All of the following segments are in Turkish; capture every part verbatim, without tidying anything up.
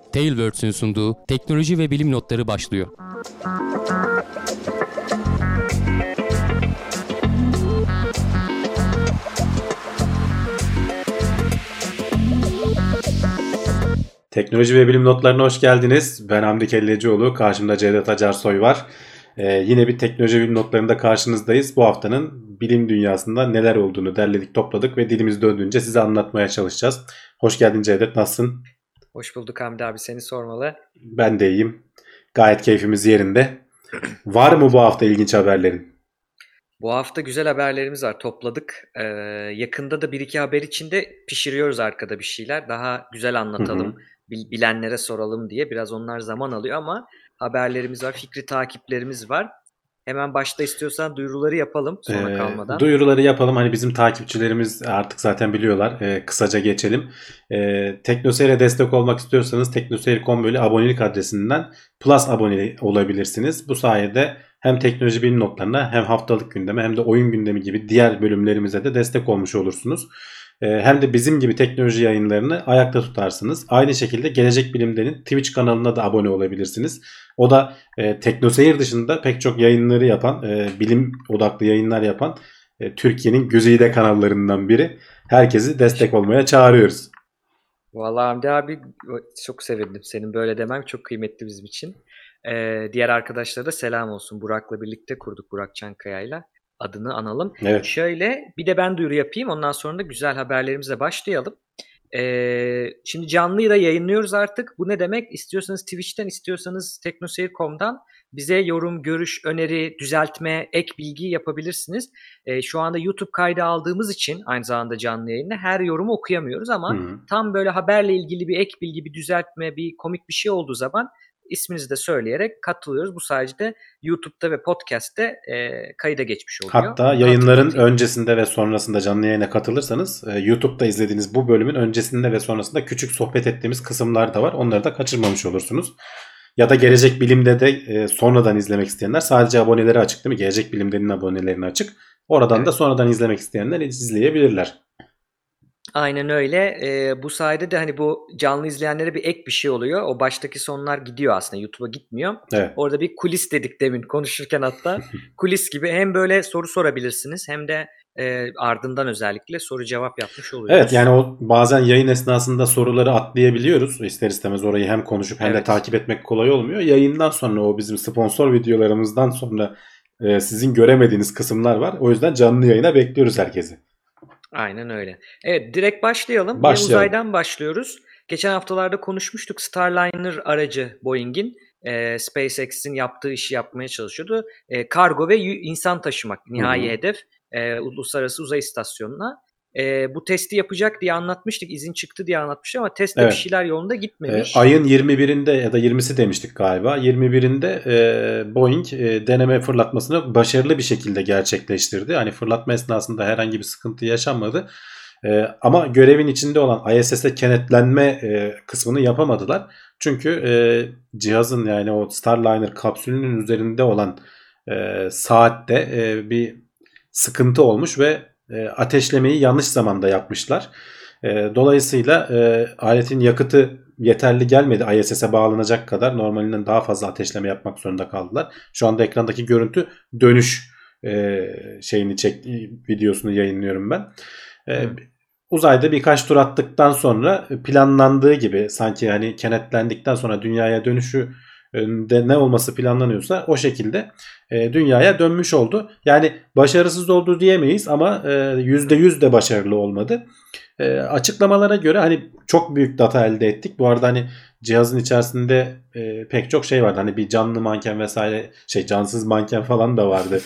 Tailwords'ün sunduğu teknoloji ve bilim notları başlıyor. Teknoloji ve bilim notlarına hoş geldiniz. Ben Hamdi Kellecioğlu, karşımda Cevdet Acarsoy var. Ee, yine bir teknoloji ve bilim notlarında karşınızdayız. Bu haftanın bilim dünyasında neler olduğunu derledik, topladık ve dilimiz döndüğünce size anlatmaya çalışacağız. Hoş geldin Cevdet, nasılsın? Hoş bulduk Hamdi abi, seni sormalı. Ben de iyiyim. Gayet keyfimiz yerinde. Var mı bu hafta ilginç haberlerin? Bu hafta güzel haberlerimiz var, topladık. Ee, yakında da bir iki haber içinde pişiriyoruz arkada bir şeyler. Daha güzel anlatalım, Hı hı. bil- bilenlere soralım diye. Biraz onlar zaman alıyor ama haberlerimiz var, fikri takiplerimiz var. Hemen başta istiyorsan duyuruları yapalım sona Ee, kalmadan. duyuruları yapalım. Hani bizim takipçilerimiz artık zaten biliyorlar. Ee, kısaca geçelim. Ee, Teknoseyir'e destek olmak istiyorsanız teknoseyir nokta com böyle abonelik adresinden Plus abone olabilirsiniz. Bu sayede hem teknoloji bilim notlarına hem haftalık gündeme hem de oyun gündemi gibi diğer bölümlerimize de destek olmuş olursunuz. Ee, hem de bizim gibi teknoloji yayınlarını ayakta tutarsınız. Aynı şekilde Gelecek Bilim'denin Twitch kanalına da abone olabilirsiniz. O da e, Teknoseyir dışında pek çok yayınları yapan, e, bilim odaklı yayınlar yapan e, Türkiye'nin güzide kanallarından biri. Herkesi destek olmaya çağırıyoruz. Vallahi Hamdi abi, çok sevindim. Senin böyle demem çok kıymetli bizim için. Ee, diğer arkadaşlara da selam olsun. Burak'la birlikte kurduk, Burak Çankaya'yla. Adını analım. Evet. Şöyle bir de ben duyuru yapayım. Ondan sonra da güzel haberlerimize başlayalım. Ee, şimdi canlıyı da yayınlıyoruz artık. Bu ne demek? İstiyorsanız Twitch'ten, istiyorsanız teknoseyir nokta com'dan bize yorum, görüş, öneri, düzeltme, ek bilgi yapabilirsiniz. Ee, şu anda YouTube kaydı aldığımız için aynı zamanda canlı yayında her yorumu okuyamıyoruz ama Hı-hı. tam böyle haberle ilgili bir ek bilgi, bir düzeltme, bir komik bir şey olduğu zaman isminizi de söyleyerek katılıyoruz. Bu sayede YouTube'da ve podcast'te e, kayıda geçmiş oluyor. Hatta yayınların öncesinde ve sonrasında canlı yayına katılırsanız e, YouTube'da izlediğiniz bu bölümün öncesinde ve sonrasında küçük sohbet ettiğimiz kısımlar da var. Onları da kaçırmamış olursunuz. Ya da Gelecek Bilim'de de e, sonradan izlemek isteyenler, sadece aboneleri açık değil mi? Gelecek Bilim'denin abonelerine açık. Oradan evet. da sonradan izlemek isteyenler izleyebilirler. Aynen öyle. Ee, bu sayede de hani bu canlı izleyenlere bir ek bir şey oluyor. O baştaki sonlar gidiyor aslında. YouTube'a gitmiyor. Evet. Orada bir kulis dedik demin konuşurken hatta. Kulis gibi hem böyle soru sorabilirsiniz hem de e, ardından özellikle soru cevap yapmış oluyoruz. Evet, yani o bazen yayın esnasında soruları atlayabiliyoruz. İster istemez orayı hem konuşup hem evet. de takip etmek kolay olmuyor. Yayından sonra o bizim sponsor videolarımızdan sonra e, sizin göremediğiniz kısımlar var. O yüzden canlı yayına bekliyoruz herkesi. Aynen öyle. Evet, direkt başlayalım. Başlayalım. Yine uzaydan başlıyoruz. Geçen haftalarda konuşmuştuk. Starliner aracı Boeing'in e, SpaceX'in yaptığı işi yapmaya çalışıyordu. E, kargo ve insan taşımak nihai Hı-hı. hedef e, Uluslararası Uzay İstasyonu'na. E, bu testi yapacak diye anlatmıştık. İzin çıktı diye anlatmıştık ama testte evet. bir şeyler yolunda gitmemiş. E, ayın yirmi birinde ya da yirmisi demiştik galiba. yirmi birinde e, Boeing e, deneme fırlatmasını başarılı bir şekilde gerçekleştirdi. Hani fırlatma esnasında herhangi bir sıkıntı yaşanmadı. E, ama görevin içinde olan I S S'e kenetlenme e, kısmını yapamadılar. Çünkü e, cihazın, yani o Starliner kapsülünün üzerinde olan e, saatte e, bir sıkıntı olmuş ve e, ateşlemeyi yanlış zamanda yapmışlar. E, dolayısıyla e, aletin yakıtı yeterli gelmedi. I S S'e bağlanacak kadar, normalinden daha fazla ateşleme yapmak zorunda kaldılar. Şu anda ekrandaki görüntü dönüş e, şeyini çek videosunu yayınlıyorum ben. E, uzayda birkaç tur attıktan sonra planlandığı gibi, sanki hani kenetlendikten sonra dünyaya dönüşü de ne olması planlanıyorsa o şekilde e, dünyaya dönmüş oldu. Yani başarısız oldu diyemeyiz ama e, yüzde yüz de başarılı olmadı. E, açıklamalara göre hani çok büyük data elde ettik. Bu arada hani cihazın içerisinde e, pek çok şey vardı. Hani bir canlı manken vesaire, şey cansız manken falan da vardı.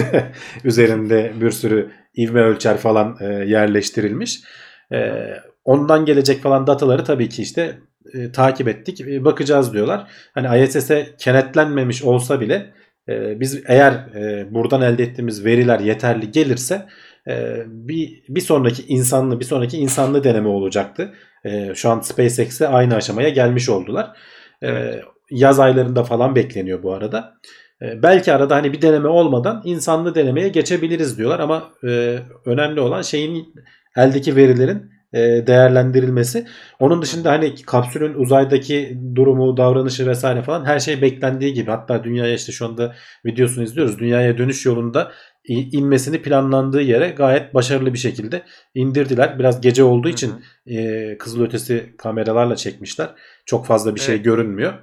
Üzerinde bir sürü ivme ölçer falan e, yerleştirilmiş. E, ondan gelecek falan dataları tabii ki işte e, takip ettik. E, bakacağız diyorlar. Hani I S S'e kenetlenmemiş olsa bile e, biz eğer e, buradan elde ettiğimiz veriler yeterli gelirse e, bir bir sonraki insanlı bir sonraki insanlı deneme olacaktı. E, şu an SpaceX'e aynı aşamaya gelmiş oldular. E, evet. Yaz aylarında falan bekleniyor bu arada. E, belki arada hani bir deneme olmadan insanlı denemeye geçebiliriz diyorlar ama e, önemli olan şeyin, eldeki verilerin e, değerlendirilmesi. Onun dışında hani kapsülün uzaydaki durumu, davranışı vesaire falan her şey beklendiği gibi. Hatta dünyaya işte şu anda videosunu izliyoruz. Dünyaya dönüş yolunda inmesini planlandığı yere gayet başarılı bir şekilde indirdiler. Biraz gece olduğu Hı için hı. e, kızılötesi kameralarla çekmişler. Çok fazla bir şey Evet. görünmüyor.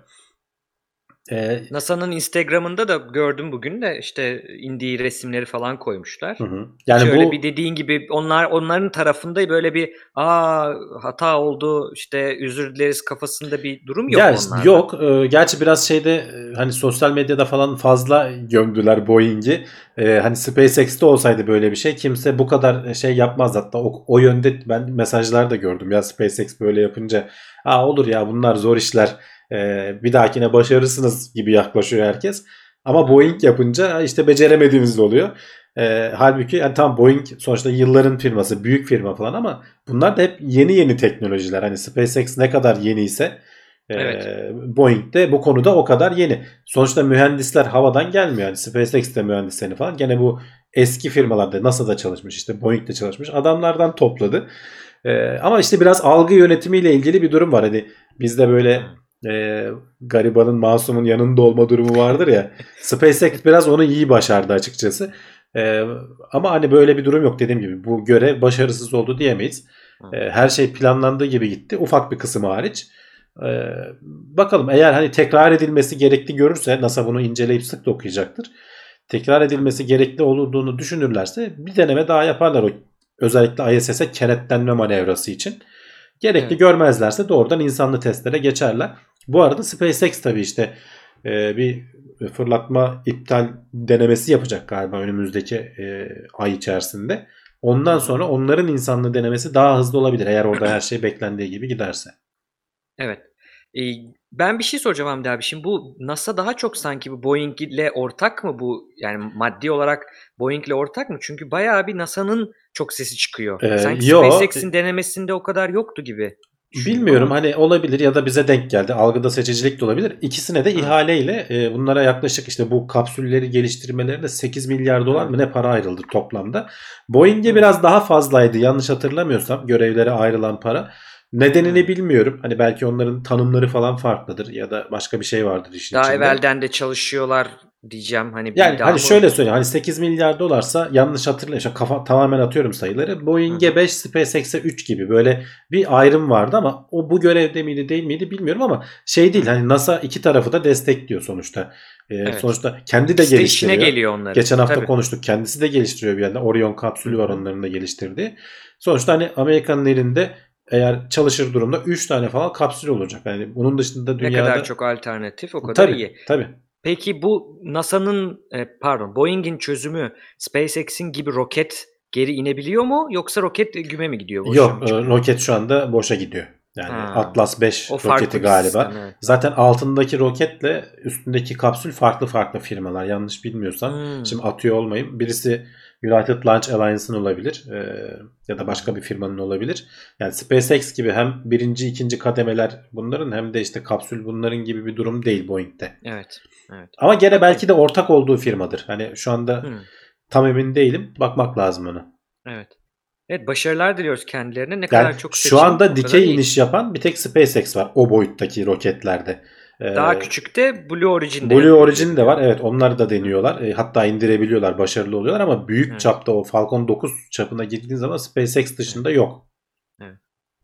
E, NASA'nın Instagram'ında da gördüm bugün de işte indiği resimleri falan koymuşlar. hı hı. Hiç Yani öyle bir bu dediğin gibi onlar onların tarafında böyle bir aa hata oldu işte özür dileriz kafasında bir durum yok ya işte onlarda. yok. E, gerçi biraz şeyde e, hani sosyal medyada falan fazla gömdüler Boeing'i. E, hani SpaceX'te olsaydı böyle bir şey kimse bu kadar şey yapmaz. Hatta o, o yönde ben mesajlar da gördüm. Ya SpaceX böyle yapınca aa olur ya bunlar zor işler. E, bir dahakine başarırsınız gibi yaklaşıyor herkes. Ama Hı hı. Boeing yapınca işte beceremediğiniz oluyor. E, halbuki yani tam Boeing sonuçta yılların firması, büyük firma falan ama bunlar da hep yeni yeni teknolojiler. Hani SpaceX ne kadar yeni ise Evet. ee, Boeing de bu konuda o kadar yeni. Sonuçta mühendisler havadan gelmiyor. Yani SpaceX'te mühendislerini falan gene bu eski Hı. firmalarda NASA'da çalışmış işte Boeing'de çalışmış adamlardan topladı. Ee, ama işte biraz algı yönetimiyle ilgili bir durum var. Hani bizde böyle Hı. e, garibanın masumun yanında olma durumu vardır ya. SpaceX biraz onu iyi başardı açıkçası. Ee, ama hani böyle bir durum yok dediğim gibi. Bu görev başarısız oldu diyemeyiz. Hı. Ee, her şey planlandığı gibi gitti. Ufak bir kısmı hariç. Ee, bakalım eğer hani tekrar edilmesi gerekli görürse NASA bunu inceleyip sık da okuyacaktır. Tekrar Hı hı. edilmesi gerekli olduğunu düşünürlerse bir deneme daha yaparlar o özellikle I S S'e kenetlenme manevrası için. Gerekli Evet. görmezlerse doğrudan insanlı testlere geçerler. Bu arada SpaceX tabii işte e, bir fırlatma iptal denemesi yapacak galiba önümüzdeki e, ay içerisinde. Hı Ondan hı. sonra onların insanlı denemesi daha hızlı olabilir eğer orada her şey beklendiği gibi giderse. Evet. Ee, ben bir şey soracağım Hamdi abi. Şimdi bu NASA daha çok sanki bu Boeing ile ortak mı bu? Yani maddi olarak Boeing ile ortak mı? Çünkü bayağı bir NASA'nın çok sesi çıkıyor. Ee, Sanki yo SpaceX'in denemesinde o kadar yoktu gibi düşündüm bilmiyorum ama. hani olabilir ya da bize denk geldi. Algıda seçicilik de olabilir. İkisine de Hı, ihaleyle e, bunlara yaklaşık işte bu kapsülleri geliştirmelerinde sekiz milyar dolar hı, mı ne para ayrıldı toplamda. Boeing'e hı, biraz daha fazlaydı yanlış hatırlamıyorsam görevlere ayrılan para. Nedenini hı. bilmiyorum. Hani belki onların tanımları falan farklıdır ya da başka bir şey vardır işin Daha içinde. evvelden de çalışıyorlar diyeceğim. Hani bir Yani daha hani mı? şöyle söyleyeyim hani sekiz milyar dolarsa yanlış hatırlamıyorsam kafa tamamen atıyorum sayıları. Hı Boeing'e hı, beş, SpaceX'e üç gibi böyle bir ayrım vardı ama o bu görevde miydi değil miydi bilmiyorum ama şey değil hı. hani NASA iki tarafı da destekliyor sonuçta. Ee, Evet. sonuçta kendi de İkisi de işine geliştiriyor. geliyor onların. Geçen hafta Tabii. konuştuk kendisi de geliştiriyor bir yandan. Orion Hı kapsülü var hı. onların da geliştirdiği. Sonuçta hani Amerika'nın elinde eğer çalışır durumda üç tane falan kapsül olacak. Yani bunun dışında Ne kadar dünyada çok alternatif o kadar tabii iyi. tabii. Peki bu NASA'nın e, pardon Boeing'in çözümü SpaceX'in gibi roket geri inebiliyor mu yoksa roket güme mi gidiyor boşa Yok mı e, çıkıyor? roket şu anda boşa gidiyor. Yani Ha, Atlas beş o roketi farklı bir galiba. sistem evet. Zaten altındaki roketle üstündeki kapsül farklı farklı firmalar. Yanlış bilmiyorsam. Hmm. Şimdi atıyor olmayayım. Birisi United Launch Alliance'ın olabilir. e, ya da Hı başka hı. bir firmanın olabilir. Yani SpaceX gibi hem birinci ikinci kademeler bunların hem de işte kapsül bunların gibi bir durum değil Boeing'de. Evet. Evet. Ama gene Bakalım. belki de ortak olduğu firmadır. Hani şu anda Hmm. tam emin değilim. Bakmak lazım ona. Evet. Evet başarılar diliyoruz kendilerine. Ne Yani kadar çok şu seçim anda o kadar dikey iyi. iniş yapan bir tek SpaceX var o boyuttaki roketlerde. Daha Ee, küçük de Blue Origin de Blue yapıyor diye Origin de var. biliyorum. Evet onlar da Hı hı. deniyorlar. E, hatta indirebiliyorlar, başarılı oluyorlar ama büyük Evet. çapta o Falcon dokuz çapına girdiğin zaman SpaceX Evet. dışında yok. Evet.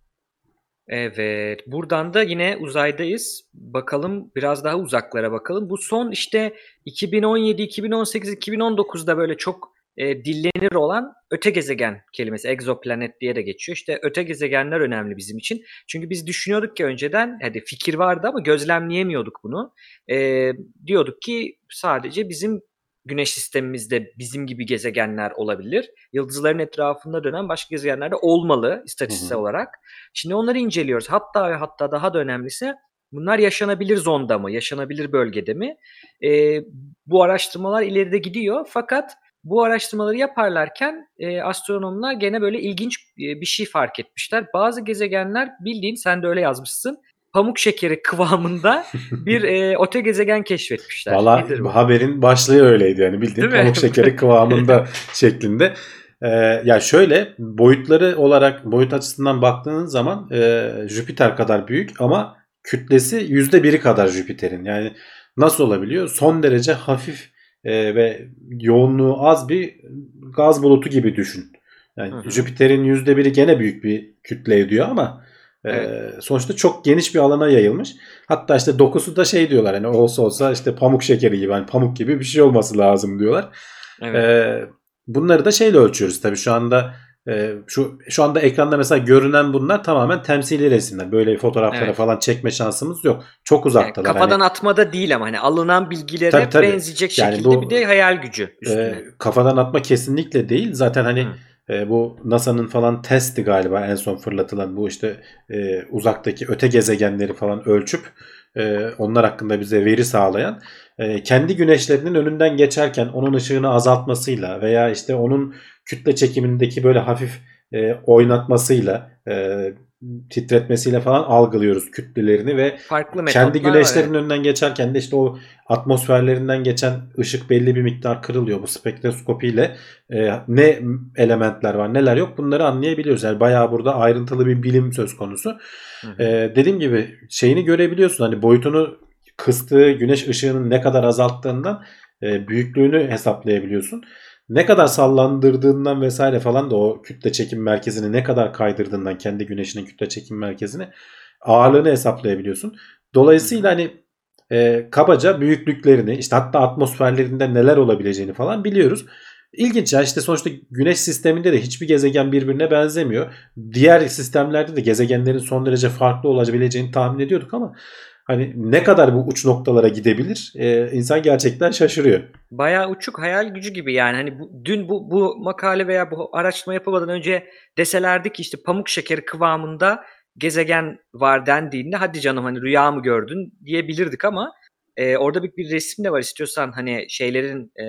Evet. Buradan da yine uzaydayız. Bakalım biraz daha uzaklara bakalım. Bu son işte iki bin on yedi, iki bin on sekiz, iki bin on dokuzda böyle çok e, dillenir olan öte gezegen kelimesi. Exoplanet diye de geçiyor. İşte öte gezegenler önemli bizim için. Çünkü biz düşünüyorduk ki önceden hadi fikir vardı ama gözlemleyemiyorduk bunu. E, diyorduk ki sadece bizim Güneş sistemimizde bizim gibi gezegenler olabilir. Yıldızların etrafında dönen başka gezegenler de olmalı Hı istatistiksel hı. olarak. Şimdi onları inceliyoruz. Hatta ve hatta daha da önemlisi bunlar yaşanabilir zonda mı, yaşanabilir bölgede mi? Ee, bu araştırmalar ileride gidiyor. Fakat bu araştırmaları yaparlarken e, astronomlar gene böyle ilginç e, bir şey fark etmişler. Bazı gezegenler bildiğin sen de öyle yazmışsın. Pamuk şekeri kıvamında bir e, öte gezegen keşfetmişler. Valla Nedir bu? haberin başlığı öyleydi yani bildiğin Değil mi? pamuk şekeri kıvamında şeklinde. Ee, ya şöyle boyutları olarak boyut açısından baktığınız zaman e, Jüpiter kadar büyük ama kütlesi yüzde biri kadar Jüpiter'in. Yani nasıl olabiliyor? Son derece hafif e, ve yoğunluğu az bir gaz bulutu gibi düşün. Yani Hı hı. Jüpiter'in yüzde biri gene büyük bir kütle ediyor ama e, Evet. sonuçta çok geniş bir alana yayılmış. Hatta işte dokusu da şey diyorlar, hani olsa olsa işte pamuk şekeri gibi, hani pamuk gibi bir şey olması lazım diyorlar. Evet. E, bunları da şeyle ölçüyoruz tabii şu anda. e, şu şu anda ekranda mesela görünen bunlar tamamen temsili resimler. Böyle fotoğraflara Evet. falan çekme şansımız yok. Çok Yani uzaktalar. kafadan Hani atmada değil ama hani alınan tabii bilgilere tabii. benzeyecek Yani şekilde bir bu de hayal gücü e, üstüne. kafadan atma kesinlikle değil. Zaten hani Hı. e, bu NASA'nın falan testi galiba en son fırlatılan, bu işte e, uzaktaki öte gezegenleri falan ölçüp e, onlar hakkında bize veri sağlayan, e, kendi güneşlerinin önünden geçerken onun ışığını azaltmasıyla veya işte onun kütle çekimindeki böyle hafif e, oynatmasıyla, e, titretmesiyle falan algılıyoruz kütlelerini ve Farklı kendi metotlar var, güneşlerin evet. önünden geçerken de işte o atmosferlerinden geçen ışık belli bir miktar kırılıyor. Bu spektroskopiyle e, ne elementler var neler yok bunları anlayabiliyoruz. Yani bayağı burada ayrıntılı bir bilim söz konusu. Hı E, hı. dediğim gibi şeyini görebiliyorsun, hani boyutunu kıstığı güneş ışığının ne kadar azalttığından e, büyüklüğünü hesaplayabiliyorsun. Ne Hı kadar hı. sallandırdığından vesaire falan da o kütle çekim merkezini ne kadar kaydırdığından, kendi güneşinin kütle çekim merkezini, ağırlığını hesaplayabiliyorsun. Hı Dolayısıyla hı. hani e, kabaca büyüklüklerini, işte hatta atmosferlerinde neler olabileceğini falan biliyoruz. İlginç ya, işte sonuçta güneş sisteminde de hiçbir gezegen birbirine benzemiyor. Diğer sistemlerde de gezegenlerin son derece farklı olabileceğini tahmin ediyorduk ama hani ne kadar bu uç noktalara gidebilir, e, insan gerçekten şaşırıyor. Bayağı uçuk hayal gücü gibi yani hani bu, dün bu, bu makale veya bu araştırma yapılmadan önce deselerdi ki işte pamuk şekeri kıvamında gezegen var dendiğinde hadi canım hani rüya mı gördün diyebilirdik ama e, orada bir, bir resim de var istiyorsan hani şeylerin e,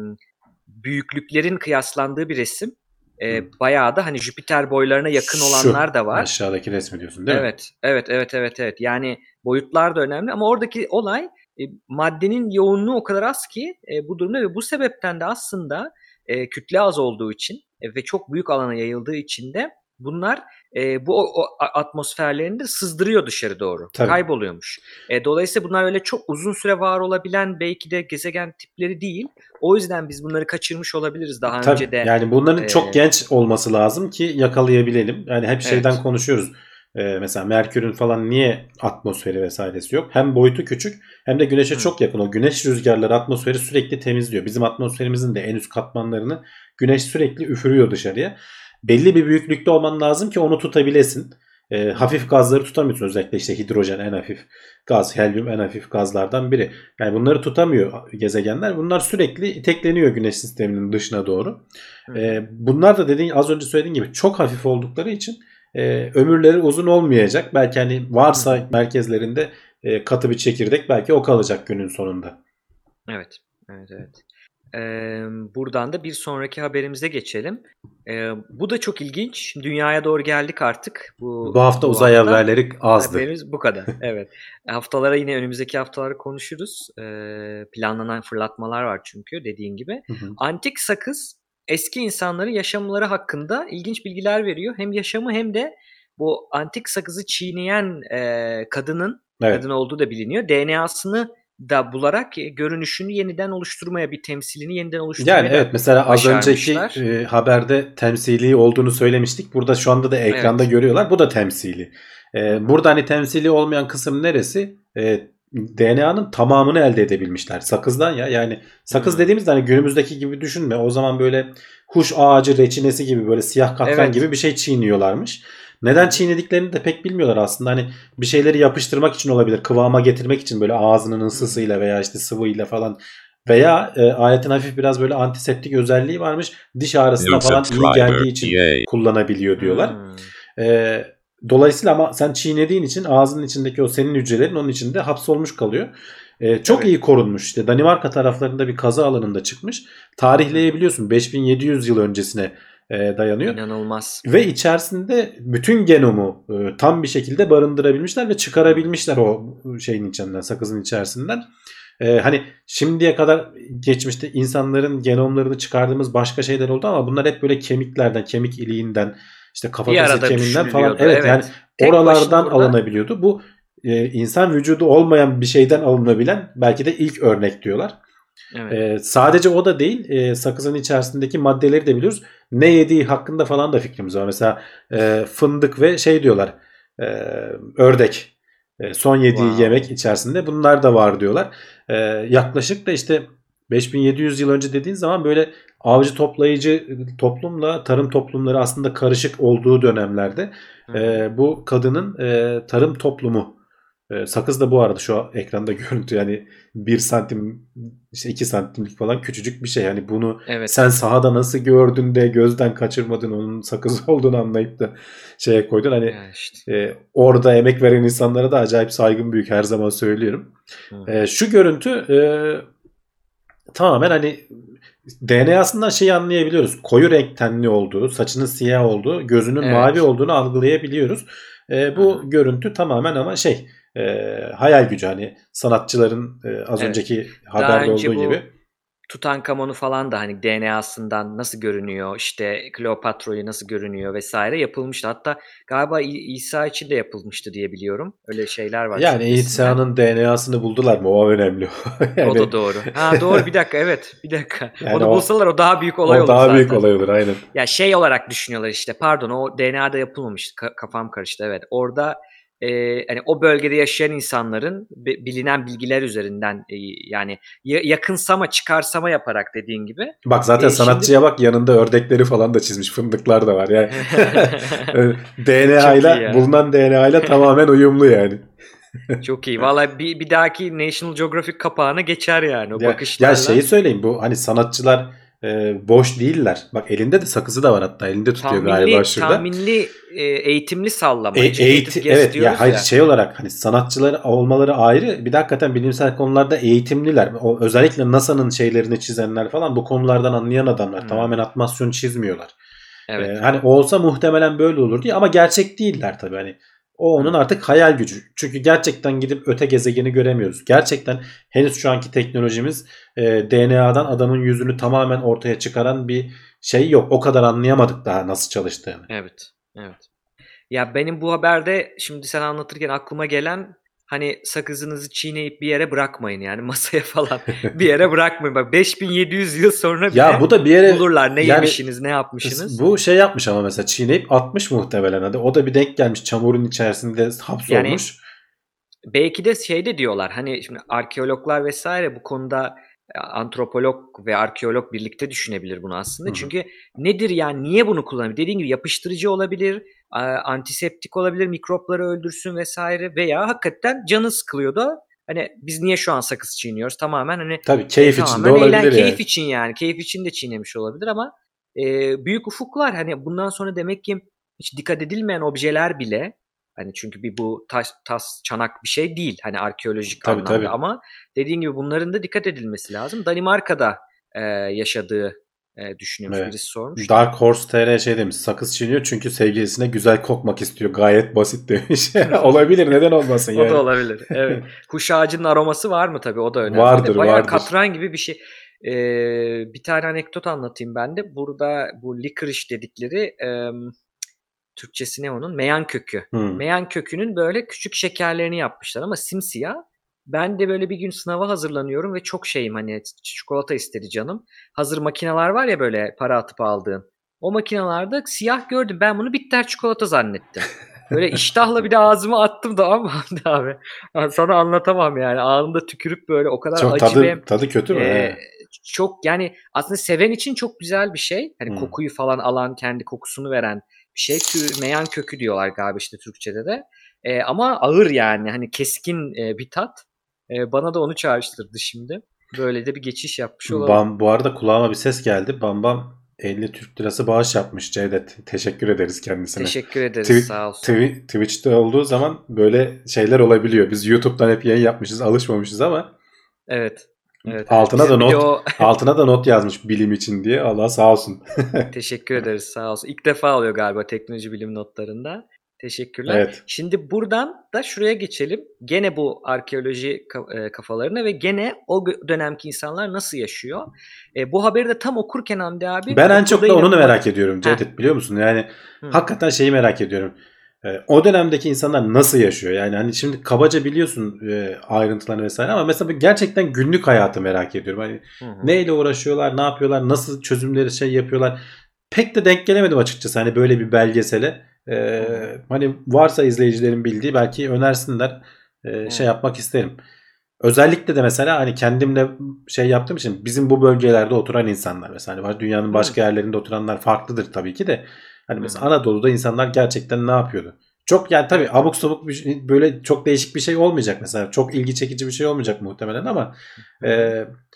büyüklüklerin kıyaslandığı bir resim. E, Hı. bayağı da hani Jüpiter boylarına yakın Şu olanlar da var. aşağıdaki resmi diyorsun değil mi? Evet, evet, evet, evet, evet. Yani boyutlar da önemli ama oradaki olay e, maddenin yoğunluğu o kadar az ki e, bu durumda ve bu sebepten de aslında e, kütle az olduğu için e, ve çok büyük alana yayıldığı için de bunlar e, bu o, o atmosferlerinde sızdırıyor dışarı doğru, Tabii. kayboluyormuş. E, dolayısıyla bunlar öyle çok uzun süre var olabilen belki de gezegen tipleri değil. O yüzden biz bunları kaçırmış olabiliriz daha Tabii. önce de. Yani bunların E, çok genç olması lazım ki yakalayabilelim. Yani hep şeyden evet. konuşuyoruz. Ee, mesela Merkür'ün falan niye atmosferi vesairesi yok? Hem boyutu küçük hem de Güneş'e Hı, çok yakın. O güneş rüzgarları atmosferi sürekli temizliyor. Bizim atmosferimizin de en üst katmanlarını Güneş sürekli üfürüyor dışarıya. Belli bir büyüklükte olman lazım ki onu tutabilesin. Ee, hı, hafif gazları tutamıyorsun. Özellikle işte hidrojen en hafif gaz, helyum en hafif gazlardan biri. Yani bunları tutamıyor gezegenler. Bunlar sürekli itekleniyor Güneş sisteminin dışına doğru. hı, hı. Ee, bunlar da dediğin, az önce söylediğin gibi çok hafif oldukları için e, ömürleri uzun olmayacak. Belki hani Hı hı. varsa merkezlerinde e, katı bir çekirdek, belki o kalacak günün sonunda. Evet, evet, evet. Eee, buradan da bir sonraki haberimize geçelim. Eee, bu da çok ilginç. Şimdi dünyaya doğru geldik artık Bu bu hafta bu uzay hafta. haberleri azdı. Haberimiz bu kadar. Evet. Haftalara yine önümüzdeki haftaları konuşuruz. Eee, planlanan fırlatmalar var çünkü dediğin gibi. Hı hı. Antik sakız eski insanların yaşamları hakkında ilginç bilgiler veriyor. Hem yaşamı hem de bu antik sakızı çiğneyen eee, kadının Evet. kadın olduğu da biliniyor. D N A'sını da bularak e, görünüşünü yeniden oluşturmaya, bir temsilini yeniden Yani oluşturmaya evet, da mesela az önceki başarmışlar. e, haberde temsili olduğunu söylemiştik. Burada şu anda da ekranda Evet. görüyorlar. Bu da temsili. Hı E, hı. burada hani temsili olmayan kısım neresi? E, D N A'nın tamamını elde edebilmişler. Sakızdan ya. Yani sakız Hımm. dediğimizde hani günümüzdeki gibi düşünme. O zaman böyle huş ağacı reçinesi gibi, böyle siyah katran Evet. gibi bir şey çiğniyorlarmış. Hı Neden hı. çiğnediklerini de pek bilmiyorlar aslında. Hani bir şeyleri yapıştırmak için olabilir. Kıvama getirmek için, böyle ağzının Hımm. ısısıyla veya işte sıvıyla falan. Veya e, aletin hafif biraz böyle antiseptik özelliği varmış. Diş ağrısına New falan iyi subscriber. geldiği için Yay. kullanabiliyor diyorlar. Hımm. E, dolayısıyla ama sen çiğnediğin için ağzının içindeki o senin hücrelerin onun içinde hapsolmuş kalıyor. E, çok Tabii. iyi korunmuş. İşte Danimarka taraflarında bir kazı alanında çıkmış. Hı hı. Tarihleyebiliyorsun. beş bin yedi yüz yıl öncesine e, dayanıyor. İnanılmaz. Ve içerisinde bütün genomu e, tam bir şekilde barındırabilmişler ve Hımm. çıkarabilmişler o şeyin içinden, sakızın içerisinden. Ee, hani şimdiye kadar geçmişte insanların genomlarını çıkardığımız başka şeyler oldu ama bunlar hep böyle kemiklerden, kemik iliğinden, işte Bir kafatası arada kemiğinden falan. düşünülüyordu. Evet yani Evet. Tek başına oralardan burada alınabiliyordu. Bu e, insan vücudu olmayan bir şeyden alınabilen belki de ilk örnek diyorlar. evet. Ee, sadece o da değil, e, sakızın içerisindeki maddeleri de biliyoruz. Ne yediği hakkında falan da fikrimiz var. Mesela e, fındık ve şey diyorlar, e, ördek. E, son yediği Wow. yemek içerisinde bunlar da var diyorlar. E, yaklaşık da işte beş bin yedi yüz yıl önce dediğin zaman böyle avcı toplayıcı toplumla tarım toplumları aslında karışık olduğu dönemlerde Hı hı. e, bu kadının e, tarım toplumu, e, sakız da bu arada şu an ekranda görüntü yani bir santim işte iki santimlik falan küçücük bir şey. Yani bunu Evet. sen sahada nasıl gördün de gözden kaçırmadın onun sakız olduğunu anlayıp da şeye koydun. Hani Ya işte. e, orada emek veren insanlara da acayip saygım büyük, her zaman söylüyorum. Hı hı. E, şu görüntü e, tamamen hani D N A'sından şeyi anlayabiliyoruz. Koyu renk tenli olduğu, saçının siyah olduğu, gözünün mavi Evet. olduğunu algılayabiliyoruz. E, Hı bu hı. görüntü tamamen ama şey, e, hayal gücü, hani sanatçıların e, az Evet. önceki Daha haberde olduğu önce gibi. bu Tutankamon'u falan da hani D N A'sından nasıl görünüyor, işte Kleopatra'yı nasıl görünüyor vesaire yapılmıştı. Hatta galiba İ- İsa için de yapılmıştı diye biliyorum. Öyle şeyler var Yani çok eskinden. İsa'nın D N A'sını buldular mı? O önemli. O Yani da doğru. Ha doğru, bir dakika, evet, bir dakika. yani Onu o bulsalar o daha büyük olay o olur daha büyük zaten. olay olur aynen. Ya şey olarak düşünüyorlar işte, pardon, o D N A'da yapılmamış, Ka- kafam karıştı, evet. Orada e, hani o bölgede yaşayan insanların bi- bilinen bilgiler üzerinden e, yani ya- yakınsama çıkarsama yaparak dediğin gibi. Bak zaten E, şimdi sanatçıya bak, yanında ördekleri falan da çizmiş. Fındıklar da var. Yani D N A çok iyi ile ya. bulunan D N A ile tamamen uyumlu yani. Çok iyi. Vallahi bir, bir dahaki National Geographic kapağına geçer yani o Ya, ya şeyi bakışlarla. söyleyeyim, bu hani sanatçılar e, boş değiller. Bak elinde de sakızı da var, hatta elinde tutuyor galiba Tahminli şurada. tahminli e, eğitimli E, sallama. Educated eğiti, guess evet ya, diyoruz hayır ya. şey olarak hani sanatçılar olmaları ayrı, bir de hakikaten bilimsel konularda eğitimliler. O, özellikle NASA'nın şeylerini çizenler falan bu konulardan anlayan adamlar. Hmm, Tamamen atmasyon çizmiyorlar. E, evet. hani olsa muhtemelen böyle olur diye, ama gerçek değiller tabii. Hani o onun Hmm, artık hayal gücü. Çünkü gerçekten gidip öte gezegeni göremiyoruz. Gerçekten henüz şu anki teknolojimiz e, D N A'dan adamın yüzünü tamamen ortaya çıkaran bir şey yok. O kadar anlayamadık daha nasıl çalıştığını. evet. Evet. Ya benim bu haberde şimdi sen anlatırken aklıma gelen, hani sakızınızı çiğneyip bir yere bırakmayın yani masaya falan bir yere bırakmayın. Bak beş bin yedi yüz yıl sonra Ya bile bu da bir yere bulurlar ne yani, yemişsiniz, ne yapmışsınız. bu şey yapmış ama mesela çiğneyip atmış muhtemelen. Hadi o da bir denk gelmiş, çamurun içerisinde Yani hapsolmuş. belki de şey de diyorlar, hani şimdi arkeologlar vesaire bu konuda e, antropolog ve arkeolog birlikte düşünebilir bunu Hı aslında. hı. Çünkü nedir yani, niye bunu kullanıyor? Dediğin gibi yapıştırıcı olabilir, a- antiseptik olabilir, mikropları öldürsün vesaire, veya hakikaten canı sıkılıyor da hani biz niye şu an sakız çiğniyoruz? Tamamen hani Tabii e, keyif için de tamamen eğlen, olabilir yani. keyif için, yani keyif için de çiğnemiş olabilir ama e, büyük ufuklar, hani bundan sonra demek ki hiç dikkat edilmeyen objeler bile, hani çünkü bir bu taş, tas, çanak bir şey değil hani arkeolojik Tabii anlamda, tabii. ama dediğin gibi bunların da dikkat edilmesi lazım. Danimarka'da e, yaşadığı e, düşünüyormuş. Evet. Birisi sormuş da. Dark Horse T R şey demiş. Sakız çiğniyor çünkü sevgilisine güzel kokmak istiyor. Gayet basit demiş. Olabilir, neden olmasın O da yani. olabilir. Evet. Huş ağacının aroması var mı tabii, o da önemli Vardır de. Bayağı vardır. katran gibi bir şey. Ee, bir tane anekdot anlatayım ben de. Burada bu licorice dedikleri e, Türkçesi ne onun? Meyan kökü. Hmm. Meyan kökünün böyle küçük şekerlerini yapmışlar ama simsiyah. Ben de böyle bir gün sınava hazırlanıyorum ve çok şeyim, hani çikolata istedi canım. Hazır makineler var ya böyle para atıp aldığın. O makinalarda siyah gördüm. Ben bunu bitter çikolata zannettim. Böyle iştahla bir de ağzıma attım da ama Hamdi abi, sana anlatamam yani. Ağzımda tükürüp böyle o kadar Çok acı ve tadı tadı kötü mü? e, He. çok yani aslında seven için çok güzel bir şey. Hani Hmm. kokuyu falan alan, kendi kokusunu veren bir şey. Tü, meyan kökü diyorlar galiba işte Türkçe'de de. E, ama ağır yani, hani keskin e, bir tat. E, bana da onu çağrıştırdı şimdi. Böyle de bir geçiş yapmış olalım. Bam, bu arada kulağıma bir ses geldi. Bam Bam elli Türk lirası bağış yapmış Cevdet. Teşekkür ederiz kendisine. Teşekkür ederiz, Twi- sağ olsun. Twi- Twitch'te olduğu zaman böyle şeyler olabiliyor. Biz YouTube'dan hep yayın yapmışız, alışmamışız ama Evet. Evet, evet. altına da Bizim bir de not o altına da not yazmış bilim için diye. Allah sağ olsun. teşekkür ederiz, sağ olsun. İlk defa oluyor galiba teknoloji bilim notlarında. Teşekkürler. Evet. Şimdi buradan da şuraya geçelim. Gene bu arkeoloji ka- e, kafalarına ve gene o gö- dönemki insanlar nasıl yaşıyor? E, bu haberi de tam okurken Hamdi abi Ben en çok okulda da yine onu mat- merak ediyorum Heh, Cevdet, biliyor musun? Yani hı, hakikaten şeyi merak ediyorum. Ee, o dönemdeki insanlar nasıl yaşıyor? Yani hani şimdi kabaca biliyorsun e, ayrıntılarını vesaire, ama mesela gerçekten günlük hayatı merak ediyorum. Hani hı hı, neyle uğraşıyorlar, ne yapıyorlar, nasıl çözümleri şey yapıyorlar. Pek de denk gelemedim açıkçası hani böyle bir belgesele. hı Ee, hı, hani varsa izleyicilerin bildiği belki önersinler. Ee, şey hı, yapmak isterim. Özellikle de mesela hani kendimle şey yaptığım için bizim bu bölgelerde oturan insanlar mesela hani dünyanın hı, başka yerlerinde oturanlar farklıdır tabii ki de. Hani hı mesela hı. Anadolu'da insanlar gerçekten ne yapıyordu? Çok yani tabii Evet, evet. abuk sabuk bir şey, böyle çok değişik bir şey olmayacak mesela. Çok ilgi çekici bir şey olmayacak muhtemelen ama Hı e, hı.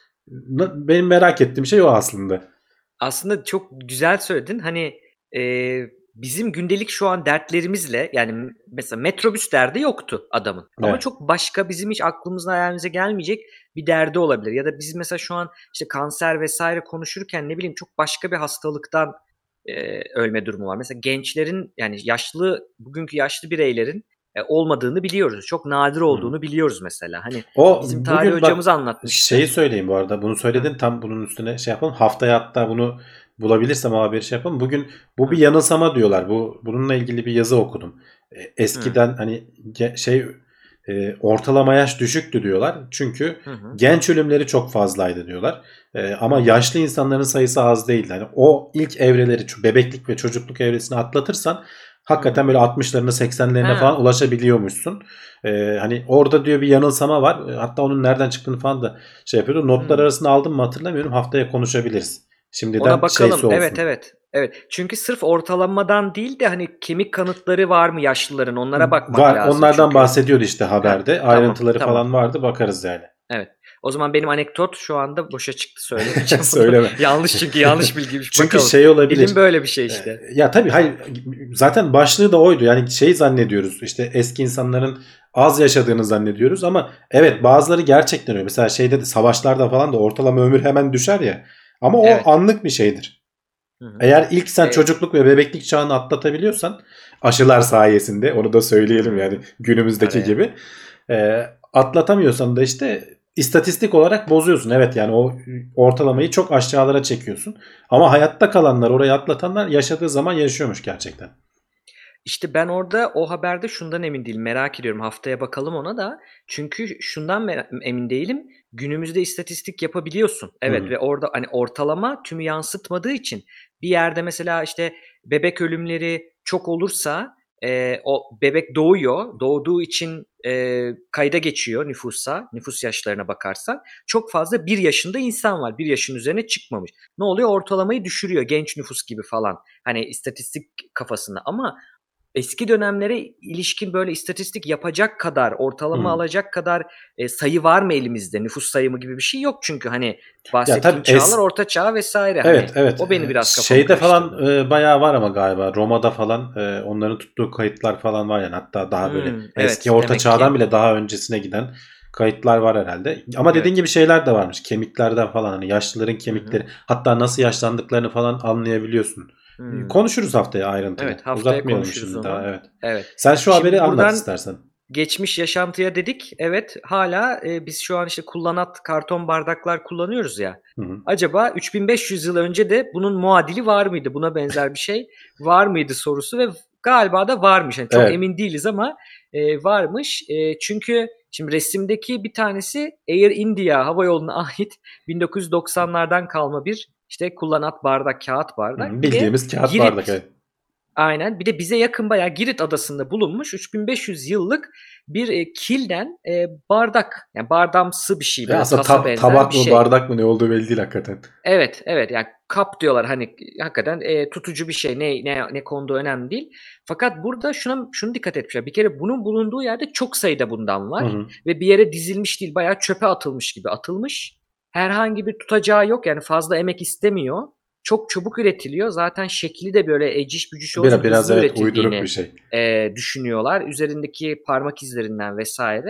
na- benim merak ettiğim şey o aslında. Aslında çok güzel söyledin. Hani e, bizim gündelik şu an dertlerimizle yani m- mesela metrobüs derdi yoktu adamın. Ama Evet. çok başka bizim hiç aklımıza hayalimize gelmeyecek bir derdi olabilir. Ya da biz mesela şu an işte kanser vesaire konuşurken ne bileyim çok başka bir hastalıktan e, ölme durumu var. Mesela gençlerin yani yaşlı bugünkü yaşlı bireylerin e, olmadığını biliyoruz. Çok nadir Hı hı. olduğunu biliyoruz mesela. Hani O bizim tarih bugün bak hocamız anlatmıştı. şeyi söyleyeyim bu arada. Bunu Hı, söyledin, tam bunun üstüne şey yapalım. Haftaya hatta bunu bulabilirsem o haberi şey yapalım. Bugün bu bir hı, yanılsama diyorlar. Bu bununla ilgili bir yazı okudum. E, hı, Eskiden hani ge- şey e, ortalama yaş düşüktü diyorlar. Çünkü hı, hı, genç ölümleri çok fazlaydı diyorlar. E, hı, ama hı, yaşlı insanların sayısı az değildi. Hani o ilk evreleri, şu bebeklik ve çocukluk evresini atlatırsan hı, hakikaten hı. böyle altmışlarına seksenlerine Ha. falan ulaşabiliyormuşsun. Ee, hani orada diyor bir yanılsama var. Ee, Hatta onun nereden çıktığını falan da şey yapıyordu. Notlar Hımm. arasında aldım mı hatırlamıyorum. Haftaya konuşabiliriz. Ona Şimdiden bakalım. şeysi Evet, olsun. evet. Evet. Çünkü sırf ortalamadan değil de, hani, kemik kanıtları var mı yaşlıların onlara bakmak Var. lazım Onlardan çünkü. bahsediyordu işte Heh, haberde. tamam, Ayrıntıları tamam. falan vardı. Bakarız yani. Evet. O zaman benim anekdot şu anda boşa çıktı. Söylemeyeceğim onu. Söyleme. Yanlış çünkü yanlış bilgiymiş. Çünkü Bakalım. şey olabilir. Bilim böyle bir şey Ee, işte. Ya tabii hayır, zaten başlığı da oydu. Yani şey zannediyoruz. İşte eski insanların az yaşadığını zannediyoruz ama Hı evet, hı. bazıları gerçekten öyle. Mesela şeyde de, savaşlarda falan da ortalama ömür hemen düşer ya. Ama o Evet. anlık bir şeydir. Hı hı. Eğer ilk sen Eee çocukluk ve bebeklik çağını atlatabiliyorsan, aşılar sayesinde, onu da söyleyelim yani Hımm. günümüzdeki Araya. gibi, e, atlatamıyorsan da işte istatistik olarak bozuyorsun. Evet yani o ortalamayı Hımm. çok aşağılara çekiyorsun. Ama hayatta kalanlar, orayı atlatanlar yaşadığı zaman yaşıyormuş gerçekten. İşte ben orada o haberde şundan emin değilim. Merak ediyorum. Haftaya bakalım ona da. Çünkü şundan mera- emin değilim. Günümüzde istatistik yapabiliyorsun. Hı Evet hı. ve orada hani ortalama tümü yansıtmadığı için bir yerde mesela işte bebek ölümleri çok olursa e, o bebek doğuyor. Doğduğu için e, kayda geçiyor nüfusa. Nüfus yaşlarına bakarsan. Çok fazla bir yaşında insan var. Bir yaşın üzerine çıkmamış. Ne oluyor? Ortalamayı düşürüyor. Genç nüfus gibi falan. Hani istatistik kafasında. Ama eski dönemlere ilişkin böyle istatistik yapacak kadar, Hı ortalama hı. alacak kadar e, sayı var mı elimizde? Nüfus sayımı gibi bir şey yok çünkü hani Ya tabii bahsettiğin çağlar es orta çağ vesaire evet, hani evet. o beni Ee, biraz kafamı Şeyde karıştırdı. falan e, bayağı var ama galiba Roma'da falan e, onların tuttuğu kayıtlar falan var yani, hatta daha böyle Hmm, eski evet orta demek çağdan ki. bile daha öncesine giden kayıtlar var herhalde. Ama dediğin Evet. gibi şeyler de varmış. Kemiklerden falan, hani yaşlıların Hı hı. kemikleri, hatta nasıl yaşlandıklarını falan anlayabiliyorsun. E, Hmm. Konuşuruz haftaya ayrıntılı. Evet haftaya Uzatmayalım konuşuruz şimdi daha, onu. evet. Evet. Sen şu haberi Şimdi anlat buradan istersen. geçmiş yaşantıya dedik. Evet, hala e, biz şu an işte kullanat karton bardaklar kullanıyoruz ya. Hı hı. Acaba üç bin beş yüz yıl önce de bunun muadili var mıydı? Buna benzer bir şey var mıydı sorusu ve galiba da varmış. Yani çok Evet. emin değiliz ama e, varmış. E, çünkü şimdi resimdeki bir tanesi Air India Hava Yolu'na ait bin dokuz yüz doksanlardan kalma bir işte kullanat bardak, kağıt Hı hı. bardak. Bir de Bildiğimiz kağıt bardak, Girit. evet. Aynen. Bir de bize yakın bayağı Girit adasında bulunmuş üç bin beş yüz yıllık bir e, kilden e, bardak. Yani bardamsı bir şey Ya böyle aslında tasa tab- benzer tabak bir mı şey. bardak mı ne olduğu belli değil hakikaten. Evet, evet. Yani kap diyorlar hani hakikaten e, tutucu bir şey. Ne ne ne konduğu önemli değil. Fakat burada şuna şunu dikkat etmişler. Bir kere bunun bulunduğu yerde çok sayıda bundan Hı var hı. ve bir yere dizilmiş değil, bayağı çöpe atılmış gibi atılmış. Herhangi bir tutacağı yok yani fazla emek istemiyor. Çok çabuk üretiliyor. Zaten şekli de böyle eciş bücüş olduğu için Biraz, biraz hızlı evet, uyduruk bir üretildiğini şey. e, düşünüyorlar. Üzerindeki parmak izlerinden vesaire.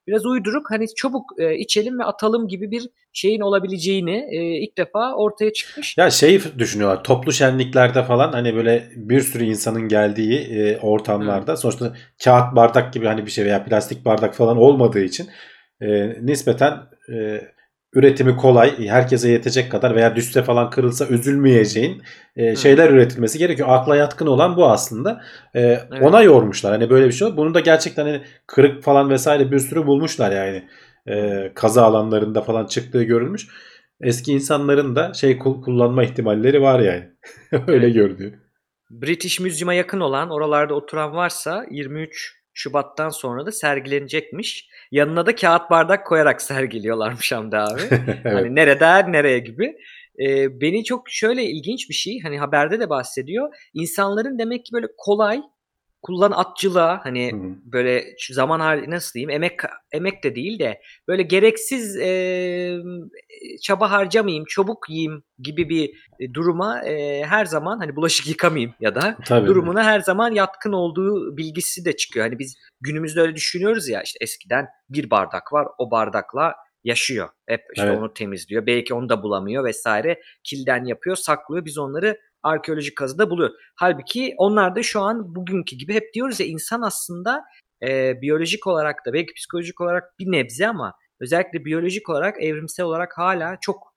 biraz uyduruk hani çabuk e, içelim ve atalım gibi bir şeyin olabileceğini e, ilk defa ortaya çıkmış. Ya şey düşünüyorlar, toplu şenliklerde falan hani böyle bir sürü insanın geldiği e, ortamlarda Hmm. sonuçta kağıt bardak gibi hani bir şey veya plastik bardak falan olmadığı için e, nispeten e, üretimi kolay, herkese yetecek kadar veya düşse falan kırılsa üzülmeyeceğin e, Hmm. şeyler üretilmesi gerekiyor. Akla yatkın olan bu aslında. E, Evet. ona yormuşlar. Hani böyle bir şey yok. Bunu da gerçekten hani kırık falan vesaire bir sürü bulmuşlar yani. E, kaza alanlarında falan çıktığı görülmüş. Eski insanların da şey kullanma ihtimalleri var yani. Öyle Evet. gördüğü. British Museum'a yakın olan, oralarda oturan varsa yirmi üç Şubat'tan sonra da sergilenecekmiş. Yanına da kağıt bardak koyarak sergiliyorlarmış Hamdi abi. Evet. Hani nereden nereye gibi. Ee, beni çok şöyle ilginç bir şey, hani haberde de bahsediyor. İnsanların demek ki böyle kolay kullan atçılığa, Hı hani hı. böyle şu zaman har nasıl diyeyim, emek emek de değil de böyle gereksiz eee, çaba harcamayayım, çabuk yiyeyim gibi bir e, duruma eee, her zaman hani bulaşık yıkamayayım ya da Tabii. durumuna her zaman yatkın olduğu bilgisi de çıkıyor. Hani biz günümüzde öyle düşünüyoruz ya, işte eskiden bir bardak var, o bardakla yaşıyor. Hep işte Evet. onu temizliyor. Belki onu da bulamıyor vesaire. Kilden yapıyor, saklıyor. Biz onları arkeolojik kazıda buluyor. Halbuki onlar da şu an bugünkü gibi, hep diyoruz ya, insan aslında e, biyolojik olarak da belki psikolojik olarak bir nebze, ama özellikle biyolojik olarak, evrimsel olarak hala çok